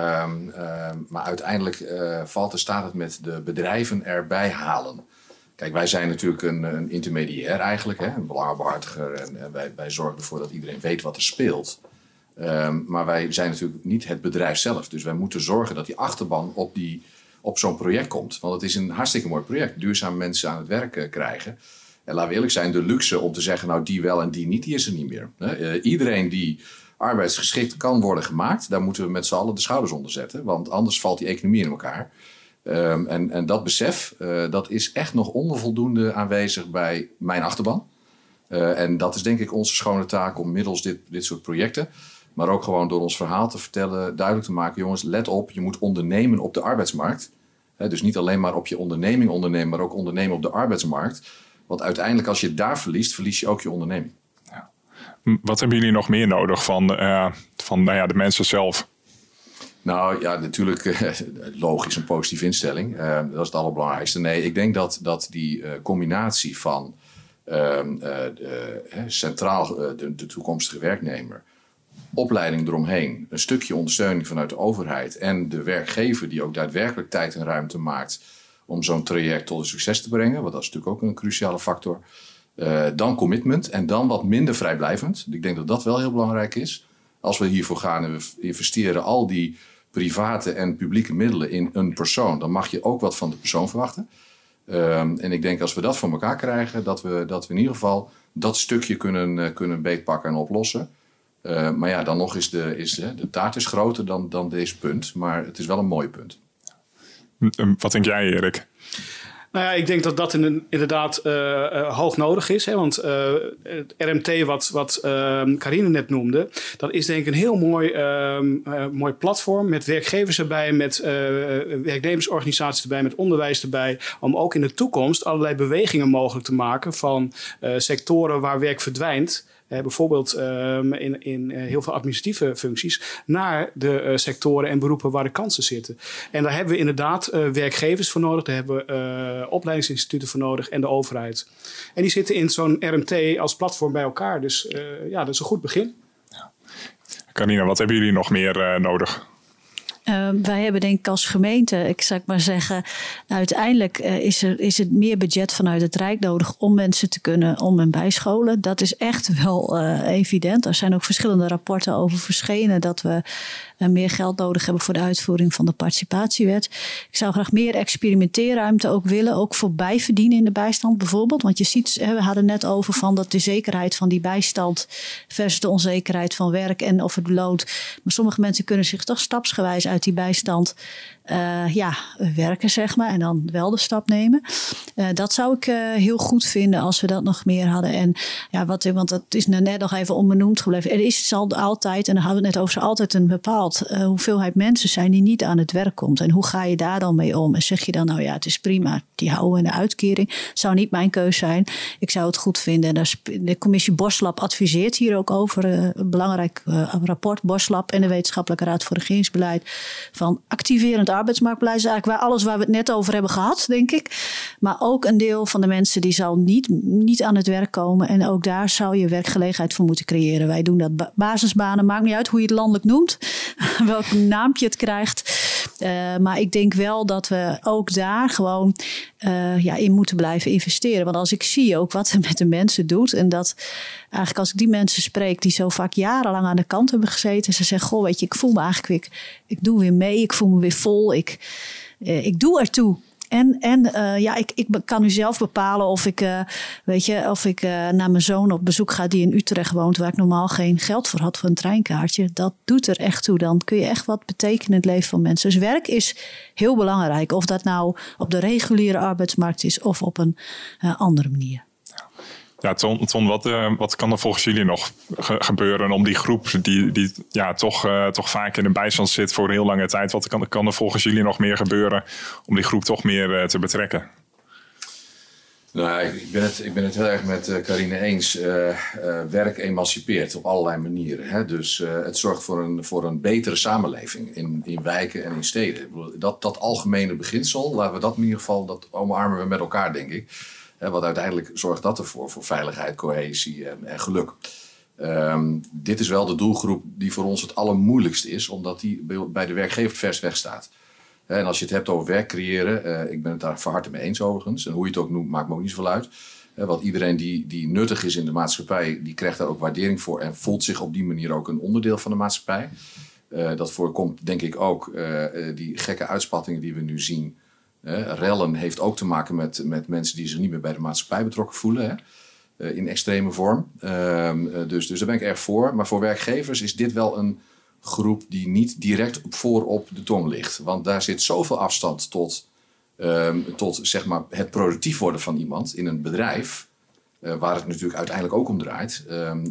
Maar uiteindelijk valt en staat het met de bedrijven erbij halen. Kijk, wij zijn natuurlijk een intermediair eigenlijk. Een belangenbehartiger. En wij zorgen ervoor dat iedereen weet wat er speelt. Maar wij zijn natuurlijk niet het bedrijf zelf. Dus wij moeten zorgen dat die achterban op zo'n project komt. Want het is een hartstikke mooi project. Duurzaam mensen aan het werk krijgen. En laten we eerlijk zijn, de luxe om te zeggen, die wel en die niet, die is er niet meer. Iedereen die arbeidsgeschikt kan worden gemaakt, daar moeten we met z'n allen de schouders onder zetten. Want anders valt die economie in elkaar. En dat besef, dat is echt nog onvoldoende aanwezig bij mijn achterban. En dat is denk ik onze schone taak om middels dit soort projecten, maar ook gewoon door ons verhaal te vertellen, duidelijk te maken, jongens, let op, je moet ondernemen op de arbeidsmarkt. Dus niet alleen maar op je onderneming ondernemen, maar ook ondernemen op de arbeidsmarkt. Want uiteindelijk als je daar verlies je ook je onderneming. Ja. Wat hebben jullie nog meer nodig van de mensen zelf? Nou ja, natuurlijk logisch een positieve instelling. Dat is het allerbelangrijkste. Nee, ik denk dat die combinatie van centraal de toekomstige werknemer, opleiding eromheen, een stukje ondersteuning vanuit de overheid en de werkgever die ook daadwerkelijk tijd en ruimte maakt om zo'n traject tot een succes te brengen. Want dat is natuurlijk ook een cruciale factor. Dan commitment en dan wat minder vrijblijvend. Ik denk dat dat wel heel belangrijk is. Als we hiervoor gaan en we investeren al die private en publieke middelen in een persoon, dan mag je ook wat van de persoon verwachten. En ik denk als we dat voor elkaar krijgen, dat we in ieder geval dat stukje kunnen beetpakken en oplossen. Maar ja, dan nog is de taart is groter dan deze punt. Maar het is wel een mooi punt. Wat denk jij, Erik? Nou ja, ik denk dat dat inderdaad hoog nodig is. Hè? Want het RMT wat Carine net noemde, dat is denk ik een heel mooi platform met werkgevers erbij, met werknemersorganisaties erbij, met onderwijs erbij, om ook in de toekomst allerlei bewegingen mogelijk te maken van sectoren waar werk verdwijnt. Bijvoorbeeld in heel veel administratieve functies naar de sectoren en beroepen waar de kansen zitten. En daar hebben we inderdaad werkgevers voor nodig. Daar hebben we opleidingsinstituten voor nodig en de overheid. En die zitten in zo'n RMT als platform bij elkaar. Dus dat is een goed begin. Carina, wat hebben jullie nog meer nodig? Wij hebben denk ik als gemeente, ik zou maar zeggen, uiteindelijk is het meer budget vanuit het Rijk nodig om mensen te kunnen om- en bijscholen. Dat is echt wel evident. Er zijn ook verschillende rapporten over verschenen dat we meer geld nodig hebben voor de uitvoering van de participatiewet. Ik zou graag meer experimenteerruimte ook willen, ook voor bijverdienen in de bijstand bijvoorbeeld. Want je ziet, we hadden net over van dat de zekerheid van die bijstand versus de onzekerheid van werk en of het loont. Maar sommige mensen kunnen zich toch stapsgewijs uit die bijstand werken, zeg maar. En dan wel de stap nemen. Dat zou ik heel goed vinden als we dat nog meer hadden. En ja, want dat is net nog even onbenoemd gebleven. Er zal altijd, en daar hadden we het net over, altijd een bepaald hoeveelheid mensen zijn die niet aan het werk komt. En hoe ga je daar dan mee om? En zeg je dan, nou ja, het is prima, die houden en de uitkering. Zou niet mijn keus zijn. Ik zou het goed vinden. En de commissie Borslab adviseert hier ook over. Een belangrijk rapport, Borslab en de Wetenschappelijke Raad voor Regeringsbeleid. Van activerend arbeidsmarktbeleid is eigenlijk alles waar we het net over hebben gehad, denk ik. Maar ook een deel van de mensen die zal niet aan het werk komen. En ook daar zou je werkgelegenheid voor moeten creëren. Wij doen dat basisbanen, maakt niet uit hoe je het landelijk noemt. Welk naampje het krijgt. Maar ik denk wel dat we ook daar gewoon in moeten blijven investeren. Want als ik zie ook wat het met de mensen doet. En dat eigenlijk als ik die mensen spreek die zo vaak jarenlang aan de kant hebben gezeten. Ze zeggen, goh, weet je, ik voel me eigenlijk weer, ik doe weer mee. Ik voel me weer vol. Ik doe ertoe. Ik kan nu zelf bepalen of ik naar mijn zoon op bezoek ga die in Utrecht woont, waar ik normaal geen geld voor had voor een treinkaartje. Dat doet er echt toe. Dan kun je echt wat betekenen in het leven van mensen. Dus werk is heel belangrijk. Of dat nou op de reguliere arbeidsmarkt is of op een andere manier. Ja, Ton, wat kan er volgens jullie nog gebeuren om die groep die toch vaak in de bijstand zit voor een heel lange tijd? Wat kan er volgens jullie nog meer gebeuren om die groep toch meer te betrekken? Nou, ik ben het heel erg met Carine eens. Werk emancipeert op allerlei manieren. Hè? Dus het zorgt voor een betere samenleving in wijken en in steden. Dat algemene beginsel, laten we dat in ieder geval, dat omarmen we met elkaar, denk ik. Want uiteindelijk zorgt dat ervoor, voor veiligheid, cohesie en geluk. Dit is wel de doelgroep die voor ons het allermoeilijkst is, omdat die bij de werkgever vers weg staat. En als je het hebt over werk creëren, ik ben het daar van harte mee eens overigens. En hoe je het ook noemt, maakt me ook niet zoveel uit. Want iedereen die nuttig is in de maatschappij, die krijgt daar ook waardering voor. En voelt zich op die manier ook een onderdeel van de maatschappij. Dat voorkomt denk ik ook die gekke uitspattingen die we nu zien. Rellen heeft ook te maken met mensen die zich niet meer bij de maatschappij betrokken voelen. In extreme vorm. Dus daar ben ik erg voor. Maar voor werkgevers is dit wel een groep die niet direct voorop de tong ligt. Want daar zit zoveel afstand tot zeg maar het productief worden van iemand in een bedrijf. Waar het natuurlijk uiteindelijk ook om draait.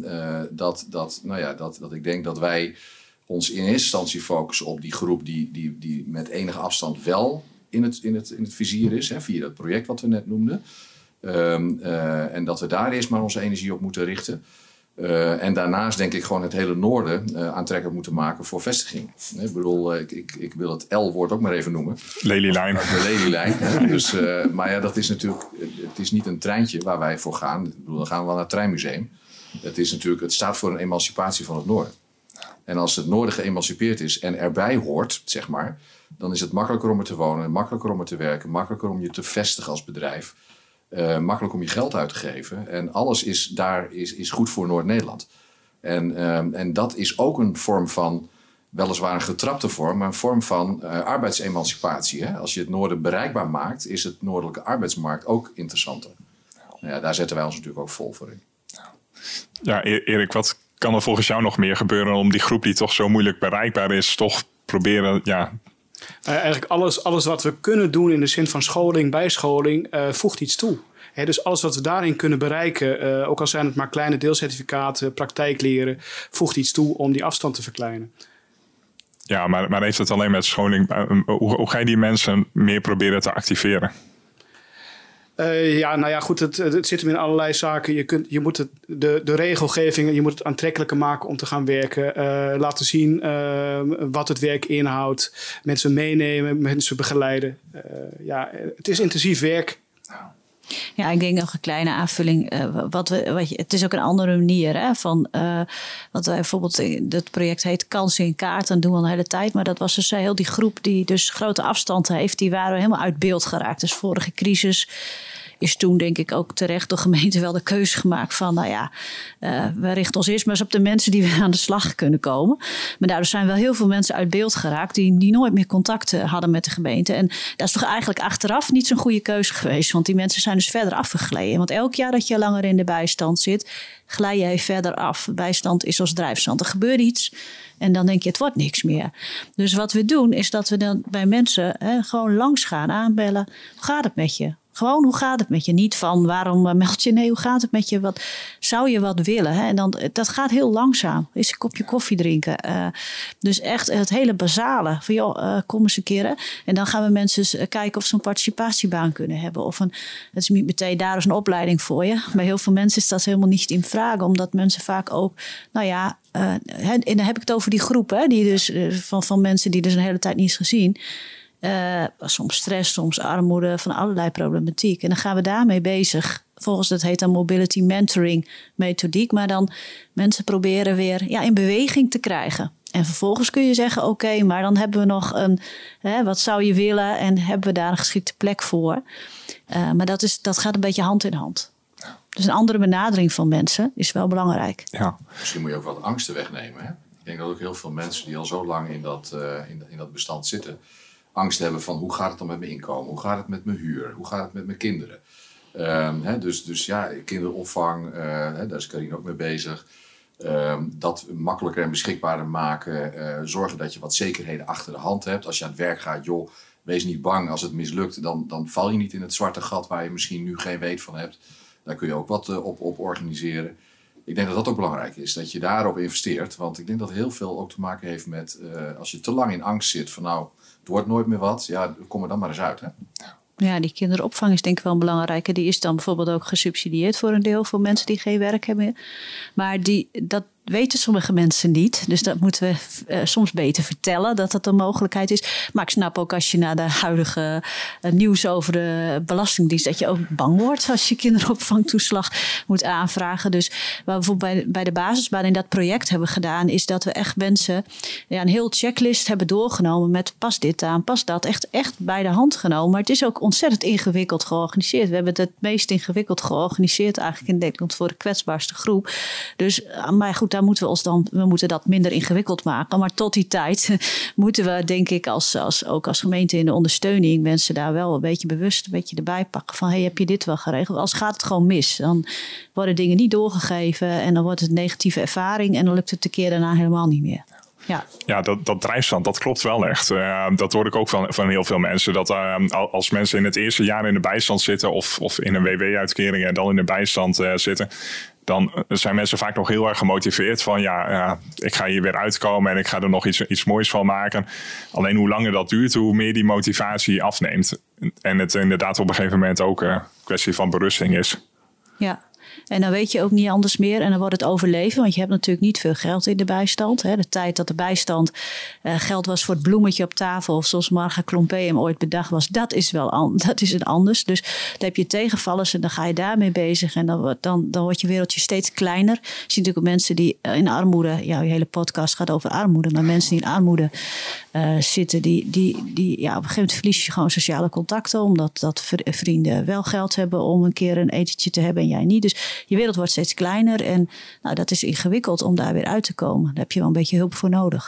Dat ik denk dat wij ons in eerste instantie focussen op die groep die met enige afstand wel in het vizier is. Via dat project wat we net noemden. En dat we daar eerst maar onze energie op moeten richten. En daarnaast denk ik gewoon het hele noorden aantrekkelijk moeten maken voor vestiging. Ik bedoel, ik wil het L-woord ook maar even noemen. Lelylijn. De Lelylijn. Dus, maar ja, dat is natuurlijk, het is niet een treintje waar wij voor gaan. Ik bedoel, dan gaan we wel naar het treinmuseum. Het staat voor een emancipatie van het noorden. En als het noorden geëmancipeerd is en erbij hoort, zeg maar, dan is het makkelijker om er te wonen, makkelijker om er te werken, makkelijker om je te vestigen als bedrijf. Makkelijk om je geld uit te geven. En alles is goed voor Noord-Nederland. En dat is ook een vorm van, weliswaar een getrapte vorm, maar een vorm van arbeidsemancipatie. Hè? Als je het noorden bereikbaar maakt, is het noordelijke arbeidsmarkt ook interessanter. Nou ja, daar zetten wij ons natuurlijk ook vol voor in. Ja, Erik, wat kan er volgens jou nog meer gebeuren om die groep die toch zo moeilijk bereikbaar is, toch proberen Eigenlijk alles wat we kunnen doen in de zin van scholing, bijscholing, voegt iets toe. Dus alles wat we daarin kunnen bereiken, ook al zijn het maar kleine deelcertificaten, praktijkleren, voegt iets toe om die afstand te verkleinen. Ja, maar heeft het alleen met scholing? Hoe ga je die mensen meer proberen te activeren? Goed, het zit hem in allerlei zaken. Je moet de regelgeving, je moet het aantrekkelijker maken om te gaan werken. Laten zien wat het werk inhoudt. Mensen meenemen, mensen begeleiden. Het is intensief werk. Ja, ik denk nog een kleine aanvulling. Het is ook een andere manier. Hè, wat wij bijvoorbeeld, het project heet Kansen in Kaart. Dat doen we al de hele tijd. Maar dat was dus heel die groep die dus grote afstand heeft. Die waren helemaal uit beeld geraakt. Dus vorige crisis is toen denk ik ook terecht door gemeente wel de keuze gemaakt van... we richten ons eerst maar eens op de mensen die weer aan de slag kunnen komen. Maar daardoor zijn wel heel veel mensen uit beeld geraakt... die nooit meer contact hadden met de gemeente. En dat is toch eigenlijk achteraf niet zo'n goede keuze geweest. Want die mensen zijn dus verder afgegleden. Want elk jaar dat je langer in de bijstand zit... glij jij verder af. Bijstand is als drijfzand. Er gebeurt iets en dan denk je het wordt niks meer. Dus wat we doen is dat we dan bij mensen gewoon langs gaan aanbellen. Hoe gaat het met je? Gewoon, hoe gaat het met je? Niet van, waarom meld je? Nee, hoe gaat het met je? Zou je wat willen? Hè? En dan, dat gaat heel langzaam. Is een kopje koffie drinken. Dus echt het hele basale. Van, kom eens een keer. Hè? En dan gaan we mensen kijken of ze een participatiebaan kunnen hebben. Of het is niet meteen, daar is een opleiding voor je. Bij heel veel mensen is dat helemaal niet in vraag. Omdat mensen vaak ook, en dan heb ik het over die groep. Hè, die dus, van mensen die dus een hele tijd niet is gezien. Soms stress, soms armoede, van allerlei problematiek. En dan gaan we daarmee bezig. Volgens dat heet dan mobility mentoring methodiek. Maar dan mensen proberen weer in beweging te krijgen. En vervolgens kun je zeggen, oké, maar dan hebben we nog wat zou je willen? En hebben we daar een geschikte plek voor? Maar dat gaat een beetje hand in hand. Dus een andere benadering van mensen is wel belangrijk. Ja. Misschien moet je ook wat angsten wegnemen. Hè? Ik denk dat ook heel veel mensen die al zo lang in dat bestand zitten... angst hebben van hoe gaat het dan met mijn inkomen? Hoe gaat het met mijn huur? Hoe gaat het met mijn kinderen? Dus kinderopvang, daar is Carine ook mee bezig. Dat makkelijker en beschikbaarder maken. Zorgen dat je wat zekerheden achter de hand hebt. Als je aan het werk gaat, wees niet bang. Als het mislukt, dan val je niet in het zwarte gat... waar je misschien nu geen weet van hebt. Daar kun je ook wat op organiseren. Ik denk dat dat ook belangrijk is, dat je daarop investeert. Want ik denk dat heel veel ook te maken heeft met... als je te lang in angst zit van het wordt nooit meer wat. Ja, kom er dan maar eens uit. Hè? Ja, die kinderopvang is denk ik wel een belangrijke. Die is dan bijvoorbeeld ook gesubsidieerd voor een deel... voor mensen die geen werk hebben. Maar dat weten sommige mensen niet. Dus dat moeten we soms beter vertellen, dat dat een mogelijkheid is. Maar ik snap ook als je naar de huidige nieuws over de Belastingdienst... dat je ook bang wordt als je kinderopvangtoeslag moet aanvragen. Dus wat we bijvoorbeeld bij de basisbaan in dat project hebben gedaan... is dat we echt mensen een heel checklist hebben doorgenomen... met pas dit aan, pas dat. Echt bij de hand genomen. Maar het is ook ontzettend ingewikkeld georganiseerd. We hebben het meest ingewikkeld georganiseerd eigenlijk in Nederland... voor de kwetsbaarste groep. Dus, maar goed, daar moeten we moeten dat minder ingewikkeld maken. Maar tot die tijd moeten we, denk ik, ook als gemeente in de ondersteuning... mensen daar wel een beetje bewust een beetje erbij pakken. Van, heb je dit wel geregeld? Als gaat het gewoon mis. Dan worden dingen niet doorgegeven en dan wordt het een negatieve ervaring... en dan lukt het de keer daarna helemaal niet meer. Ja, dat drijfstand, dat klopt wel echt. Dat hoor ik ook van heel veel mensen. Dat als mensen in het eerste jaar in de bijstand zitten... of in een WW-uitkering en dan in de bijstand zitten... dan zijn mensen vaak nog heel erg gemotiveerd van... ik ga hier weer uitkomen en ik ga er nog iets moois van maken. Alleen hoe langer dat duurt, hoe meer die motivatie afneemt. En het inderdaad op een gegeven moment ook een kwestie van berusting is. Ja. En dan weet je ook niet anders meer. En dan wordt het overleven. Want je hebt natuurlijk niet veel geld in de bijstand. Hè. De tijd dat de bijstand geld was voor het bloemetje op tafel. Of zoals Marga Klompé hem ooit bedacht was. Dat is het anders. Dus dan heb je tegenvallers en dan ga je daarmee bezig. En dan wordt je wereldje steeds kleiner. Je ziet natuurlijk ook mensen die in armoede... je hele podcast gaat over armoede. Maar mensen die in armoede zitten... die op een gegeven moment verlies je gewoon sociale contacten. Omdat vrienden wel geld hebben om een keer een etentje te hebben en jij niet. Dus je wereld wordt steeds kleiner en dat is ingewikkeld om daar weer uit te komen. Daar heb je wel een beetje hulp voor nodig.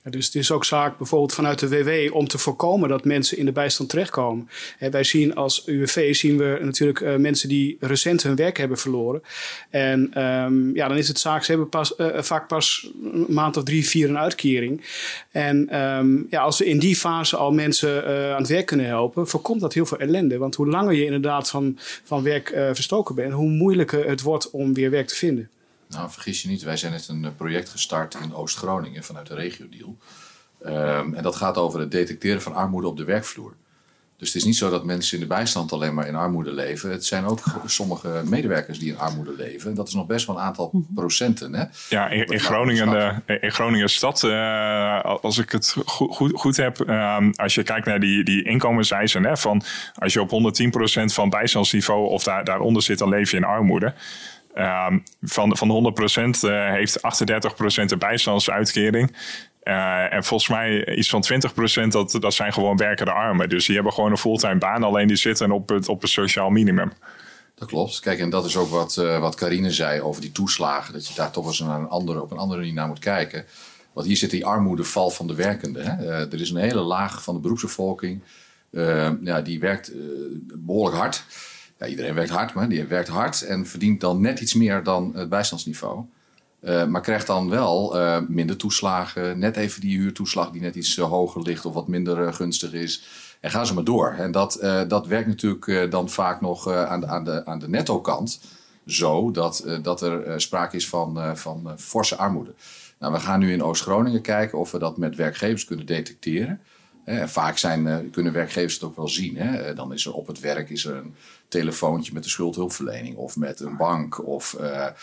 Dus het is ook zaak bijvoorbeeld vanuit de WW om te voorkomen dat mensen in de bijstand terechtkomen. Wij zien als UWV natuurlijk mensen die recent hun werk hebben verloren. En dan is het zaak, ze hebben vaak pas een maand of 3, 4 een uitkering. En als we in die fase al mensen aan het werk kunnen helpen, voorkomt dat heel veel ellende. Want hoe langer je inderdaad van werk verstoken bent, hoe moeilijker het wordt om weer werk te vinden. Nou, vergis je niet, wij zijn net een project gestart in Oost-Groningen vanuit de regio-deal. En dat gaat over het detecteren van armoede op de werkvloer. Dus het is niet zo dat mensen in de bijstand alleen maar in armoede leven. Het zijn ook sommige medewerkers die in armoede leven. En dat is nog best wel een aantal procenten. Hè? Ja, in Groningen stad, als ik het goed heb, als je kijkt naar die inkomenseisen, hè, van als je op 110% van bijstandsniveau of daaronder zit, dan leef je in armoede. Van de 100% heeft 38% een bijstandsuitkering. En volgens mij iets van 20% dat zijn gewoon werkende armen. Dus die hebben gewoon een fulltime baan, alleen die zitten op het sociaal minimum. Dat klopt. Kijk, en dat is ook wat Carine zei over die toeslagen. Dat je daar toch eens op een andere manier naar moet kijken. Want hier zit die armoedeval van de werkenden. Hè? Er is een hele laag van de beroepsbevolking. Die werkt behoorlijk hard. Ja, iedereen werkt hard, maar die werkt hard en verdient dan net iets meer dan het bijstandsniveau. Maar krijgt dan wel minder toeslagen. Net even die huurtoeslag die net iets hoger ligt of wat minder gunstig is. En gaan ze maar door. En dat werkt natuurlijk dan vaak nog aan de netto-kant. Zo dat er sprake is van forse armoede. Nou, we gaan nu in Oost-Groningen kijken of we dat met werkgevers kunnen detecteren. Vaak kunnen werkgevers het ook wel zien. Hè? Dan is er op het werk een telefoontje met de schuldhulpverlening of met een bank. Of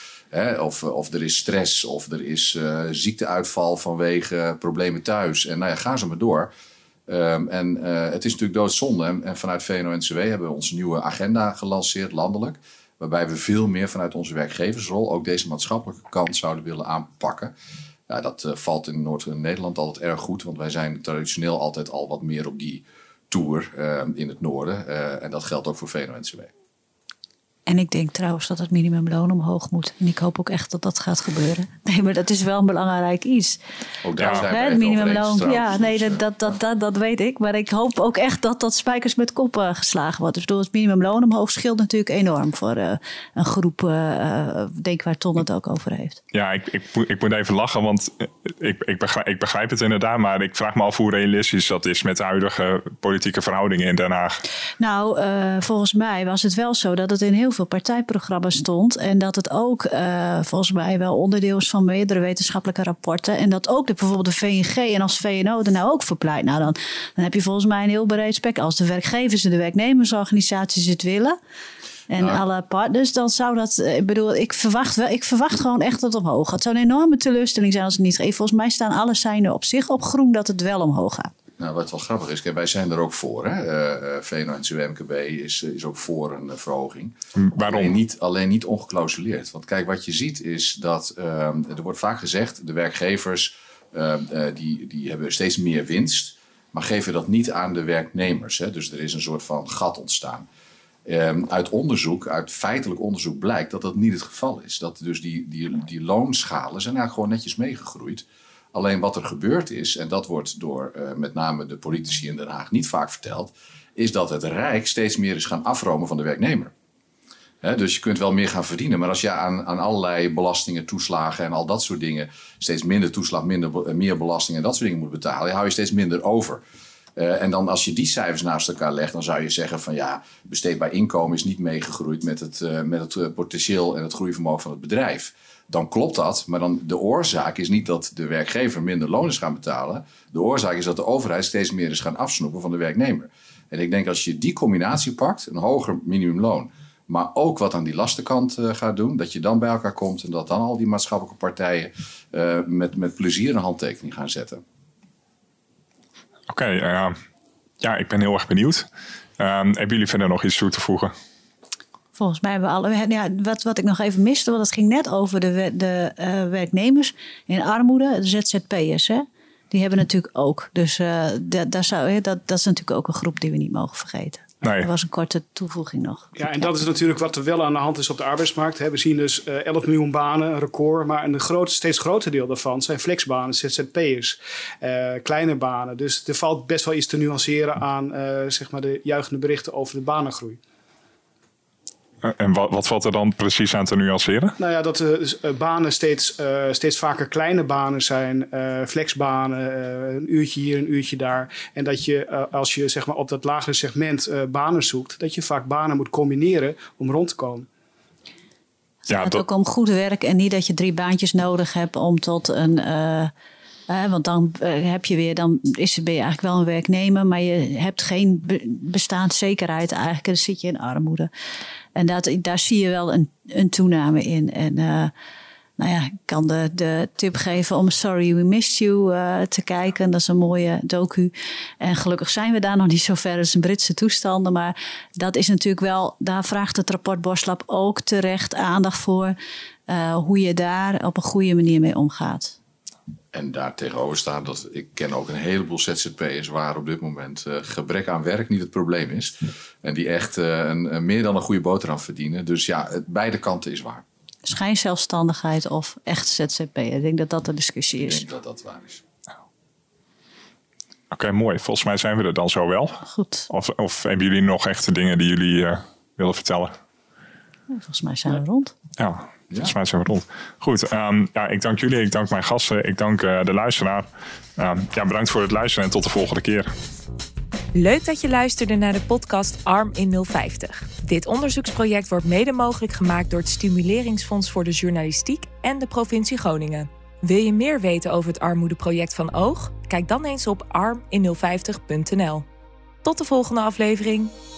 er is stress of er is ziekteuitval vanwege problemen thuis. En ga ze maar door. Het is natuurlijk doodzonde. En vanuit VNO-NCW hebben we onze nieuwe agenda gelanceerd landelijk. Waarbij we veel meer vanuit onze werkgeversrol ook deze maatschappelijke kant zouden willen aanpakken. Ja, dat valt in Noord-Nederland altijd erg goed. Want wij zijn traditioneel altijd al wat meer op die tour in het noorden. En dat geldt ook voor VNO-NCW. En ik denk trouwens dat het minimumloon omhoog moet. En ik hoop ook echt dat dat gaat gebeuren. Nee, maar dat is wel een belangrijk iets. Ook daar zijn we het minimumloon. Ja, nee, dat weet ik. Maar ik hoop ook echt dat spijkers met kop geslagen wordt. Dus het minimumloon omhoog scheelt natuurlijk enorm voor een groep, denk waar Ton het ook over heeft. Ja, ik moet even lachen, want ik begrijp het inderdaad. Maar ik vraag me af hoe realistisch dat is met de huidige politieke verhoudingen in Den Haag. Nou, volgens mij was het wel zo dat het in heel veel partijprogramma's stond. En dat het ook volgens mij wel onderdeel is van meerdere wetenschappelijke rapporten. En dat ook bijvoorbeeld de VNG en als VNO er nou ook voor pleit. Nou, dan heb je volgens mij een heel breed spectrum. Als de werkgevers en de werknemersorganisaties het willen. En alle partners, dan zou dat... Ik verwacht gewoon echt dat het omhoog gaat. Het zou een enorme teleurstelling zijn als het niet gaat. Volgens mij staan alle seinen op zich op groen dat het wel omhoog gaat. Nou, wat wel grappig is, kijk, wij zijn er ook voor. VNO-NCW-MKB is ook voor een verhoging. Waarom? Alleen niet ongeclausuleerd. Want kijk, wat je ziet is dat... er wordt vaak gezegd, de werkgevers die hebben steeds meer winst. Maar geven dat niet aan de werknemers. Hè? Dus er is een soort van gat ontstaan. Uit feitelijk onderzoek blijkt dat dat niet het geval is. Dat dus die loonschalen zijn eigenlijk gewoon netjes meegegroeid. Alleen wat er gebeurd is, en dat wordt door met name de politici in Den Haag niet vaak verteld, is dat het Rijk steeds meer is gaan afromen van de werknemer. Dus je kunt wel meer gaan verdienen, maar als je aan allerlei belastingen, toeslagen en al dat soort dingen steeds minder toeslag, meer belasting en dat soort dingen moet betalen, hou je steeds minder over. En dan als je die cijfers naast elkaar legt, dan zou je zeggen van ja, besteedbaar inkomen is niet meegegroeid met het potentieel en het groeivermogen van het bedrijf. Dan klopt dat, maar dan de oorzaak is niet dat de werkgever minder loon is gaan betalen. De oorzaak is dat de overheid steeds meer is gaan afsnoepen van de werknemer. En ik denk als je die combinatie pakt, een hoger minimumloon, maar ook wat aan die lastenkant gaat doen, dat je dan bij elkaar komt en dat dan al die maatschappelijke partijen met plezier een handtekening gaan zetten. Oké, ik ben heel erg benieuwd. Hebben jullie verder nog iets toe te voegen? Volgens mij hebben we alle... Ja, wat ik nog even miste, want het ging net over de werknemers in armoede, de ZZP'ers. Hè? Die hebben natuurlijk ook. Dus dat is natuurlijk ook een groep die we niet mogen vergeten. Nee. Dat was een korte toevoeging nog. Ja, en dat is natuurlijk wat er wel aan de hand is op de arbeidsmarkt. We zien dus 11 miljoen banen, een record. Maar een steeds groter deel daarvan zijn flexbanen, ZZP'ers. Kleine banen. Dus er valt best wel iets te nuanceren aan de juichende berichten over de banengroei. En wat valt er dan precies aan te nuanceren? Nou ja, dat banen steeds vaker kleine banen zijn. Flexbanen, een uurtje hier, een uurtje daar. En dat je, als je op dat lagere segment banen zoekt, dat je vaak banen moet combineren om rond te komen. Het gaat ook om goed werk en niet dat je 3 baantjes nodig hebt om tot een... want dan ben je eigenlijk wel een werknemer, maar je hebt geen bestaanszekerheid eigenlijk. Dan zit je in armoede. En daar zie je wel een toename in. En ik kan de tip geven om Sorry We Missed You te kijken. Dat is een mooie docu. En gelukkig zijn we daar nog niet zo ver. Dat is een Britse toestanden. Maar dat is natuurlijk wel, daar vraagt het rapport Borslab ook terecht aandacht voor. Hoe je daar op een goede manier mee omgaat. En daar tegenover staat dat ik ken ook een heleboel ZZP'ers waar op dit moment gebrek aan werk niet het probleem is. En die echt meer dan een goede boterham verdienen. Dus ja, beide kanten is waar. Schijnzelfstandigheid of echt ZZP'er. Ik denk dat dat de discussie is. Ik denk dat dat waar is. Oké, mooi. Volgens mij zijn we er dan zo wel. Goed. Of hebben jullie nog echte dingen die jullie willen vertellen? Volgens mij zijn we rond. Ja. Volgens mij zijn we rond. Goed, ik dank jullie, ik dank mijn gasten, ik dank de luisteraar. Bedankt voor het luisteren en tot de volgende keer. Leuk dat je luisterde naar de podcast Arm in 050. Dit onderzoeksproject wordt mede mogelijk gemaakt door het Stimuleringsfonds voor de Journalistiek en de provincie Groningen. Wil je meer weten over het armoedeproject van Oog? Kijk dan eens op armin050.nl. Tot de volgende aflevering.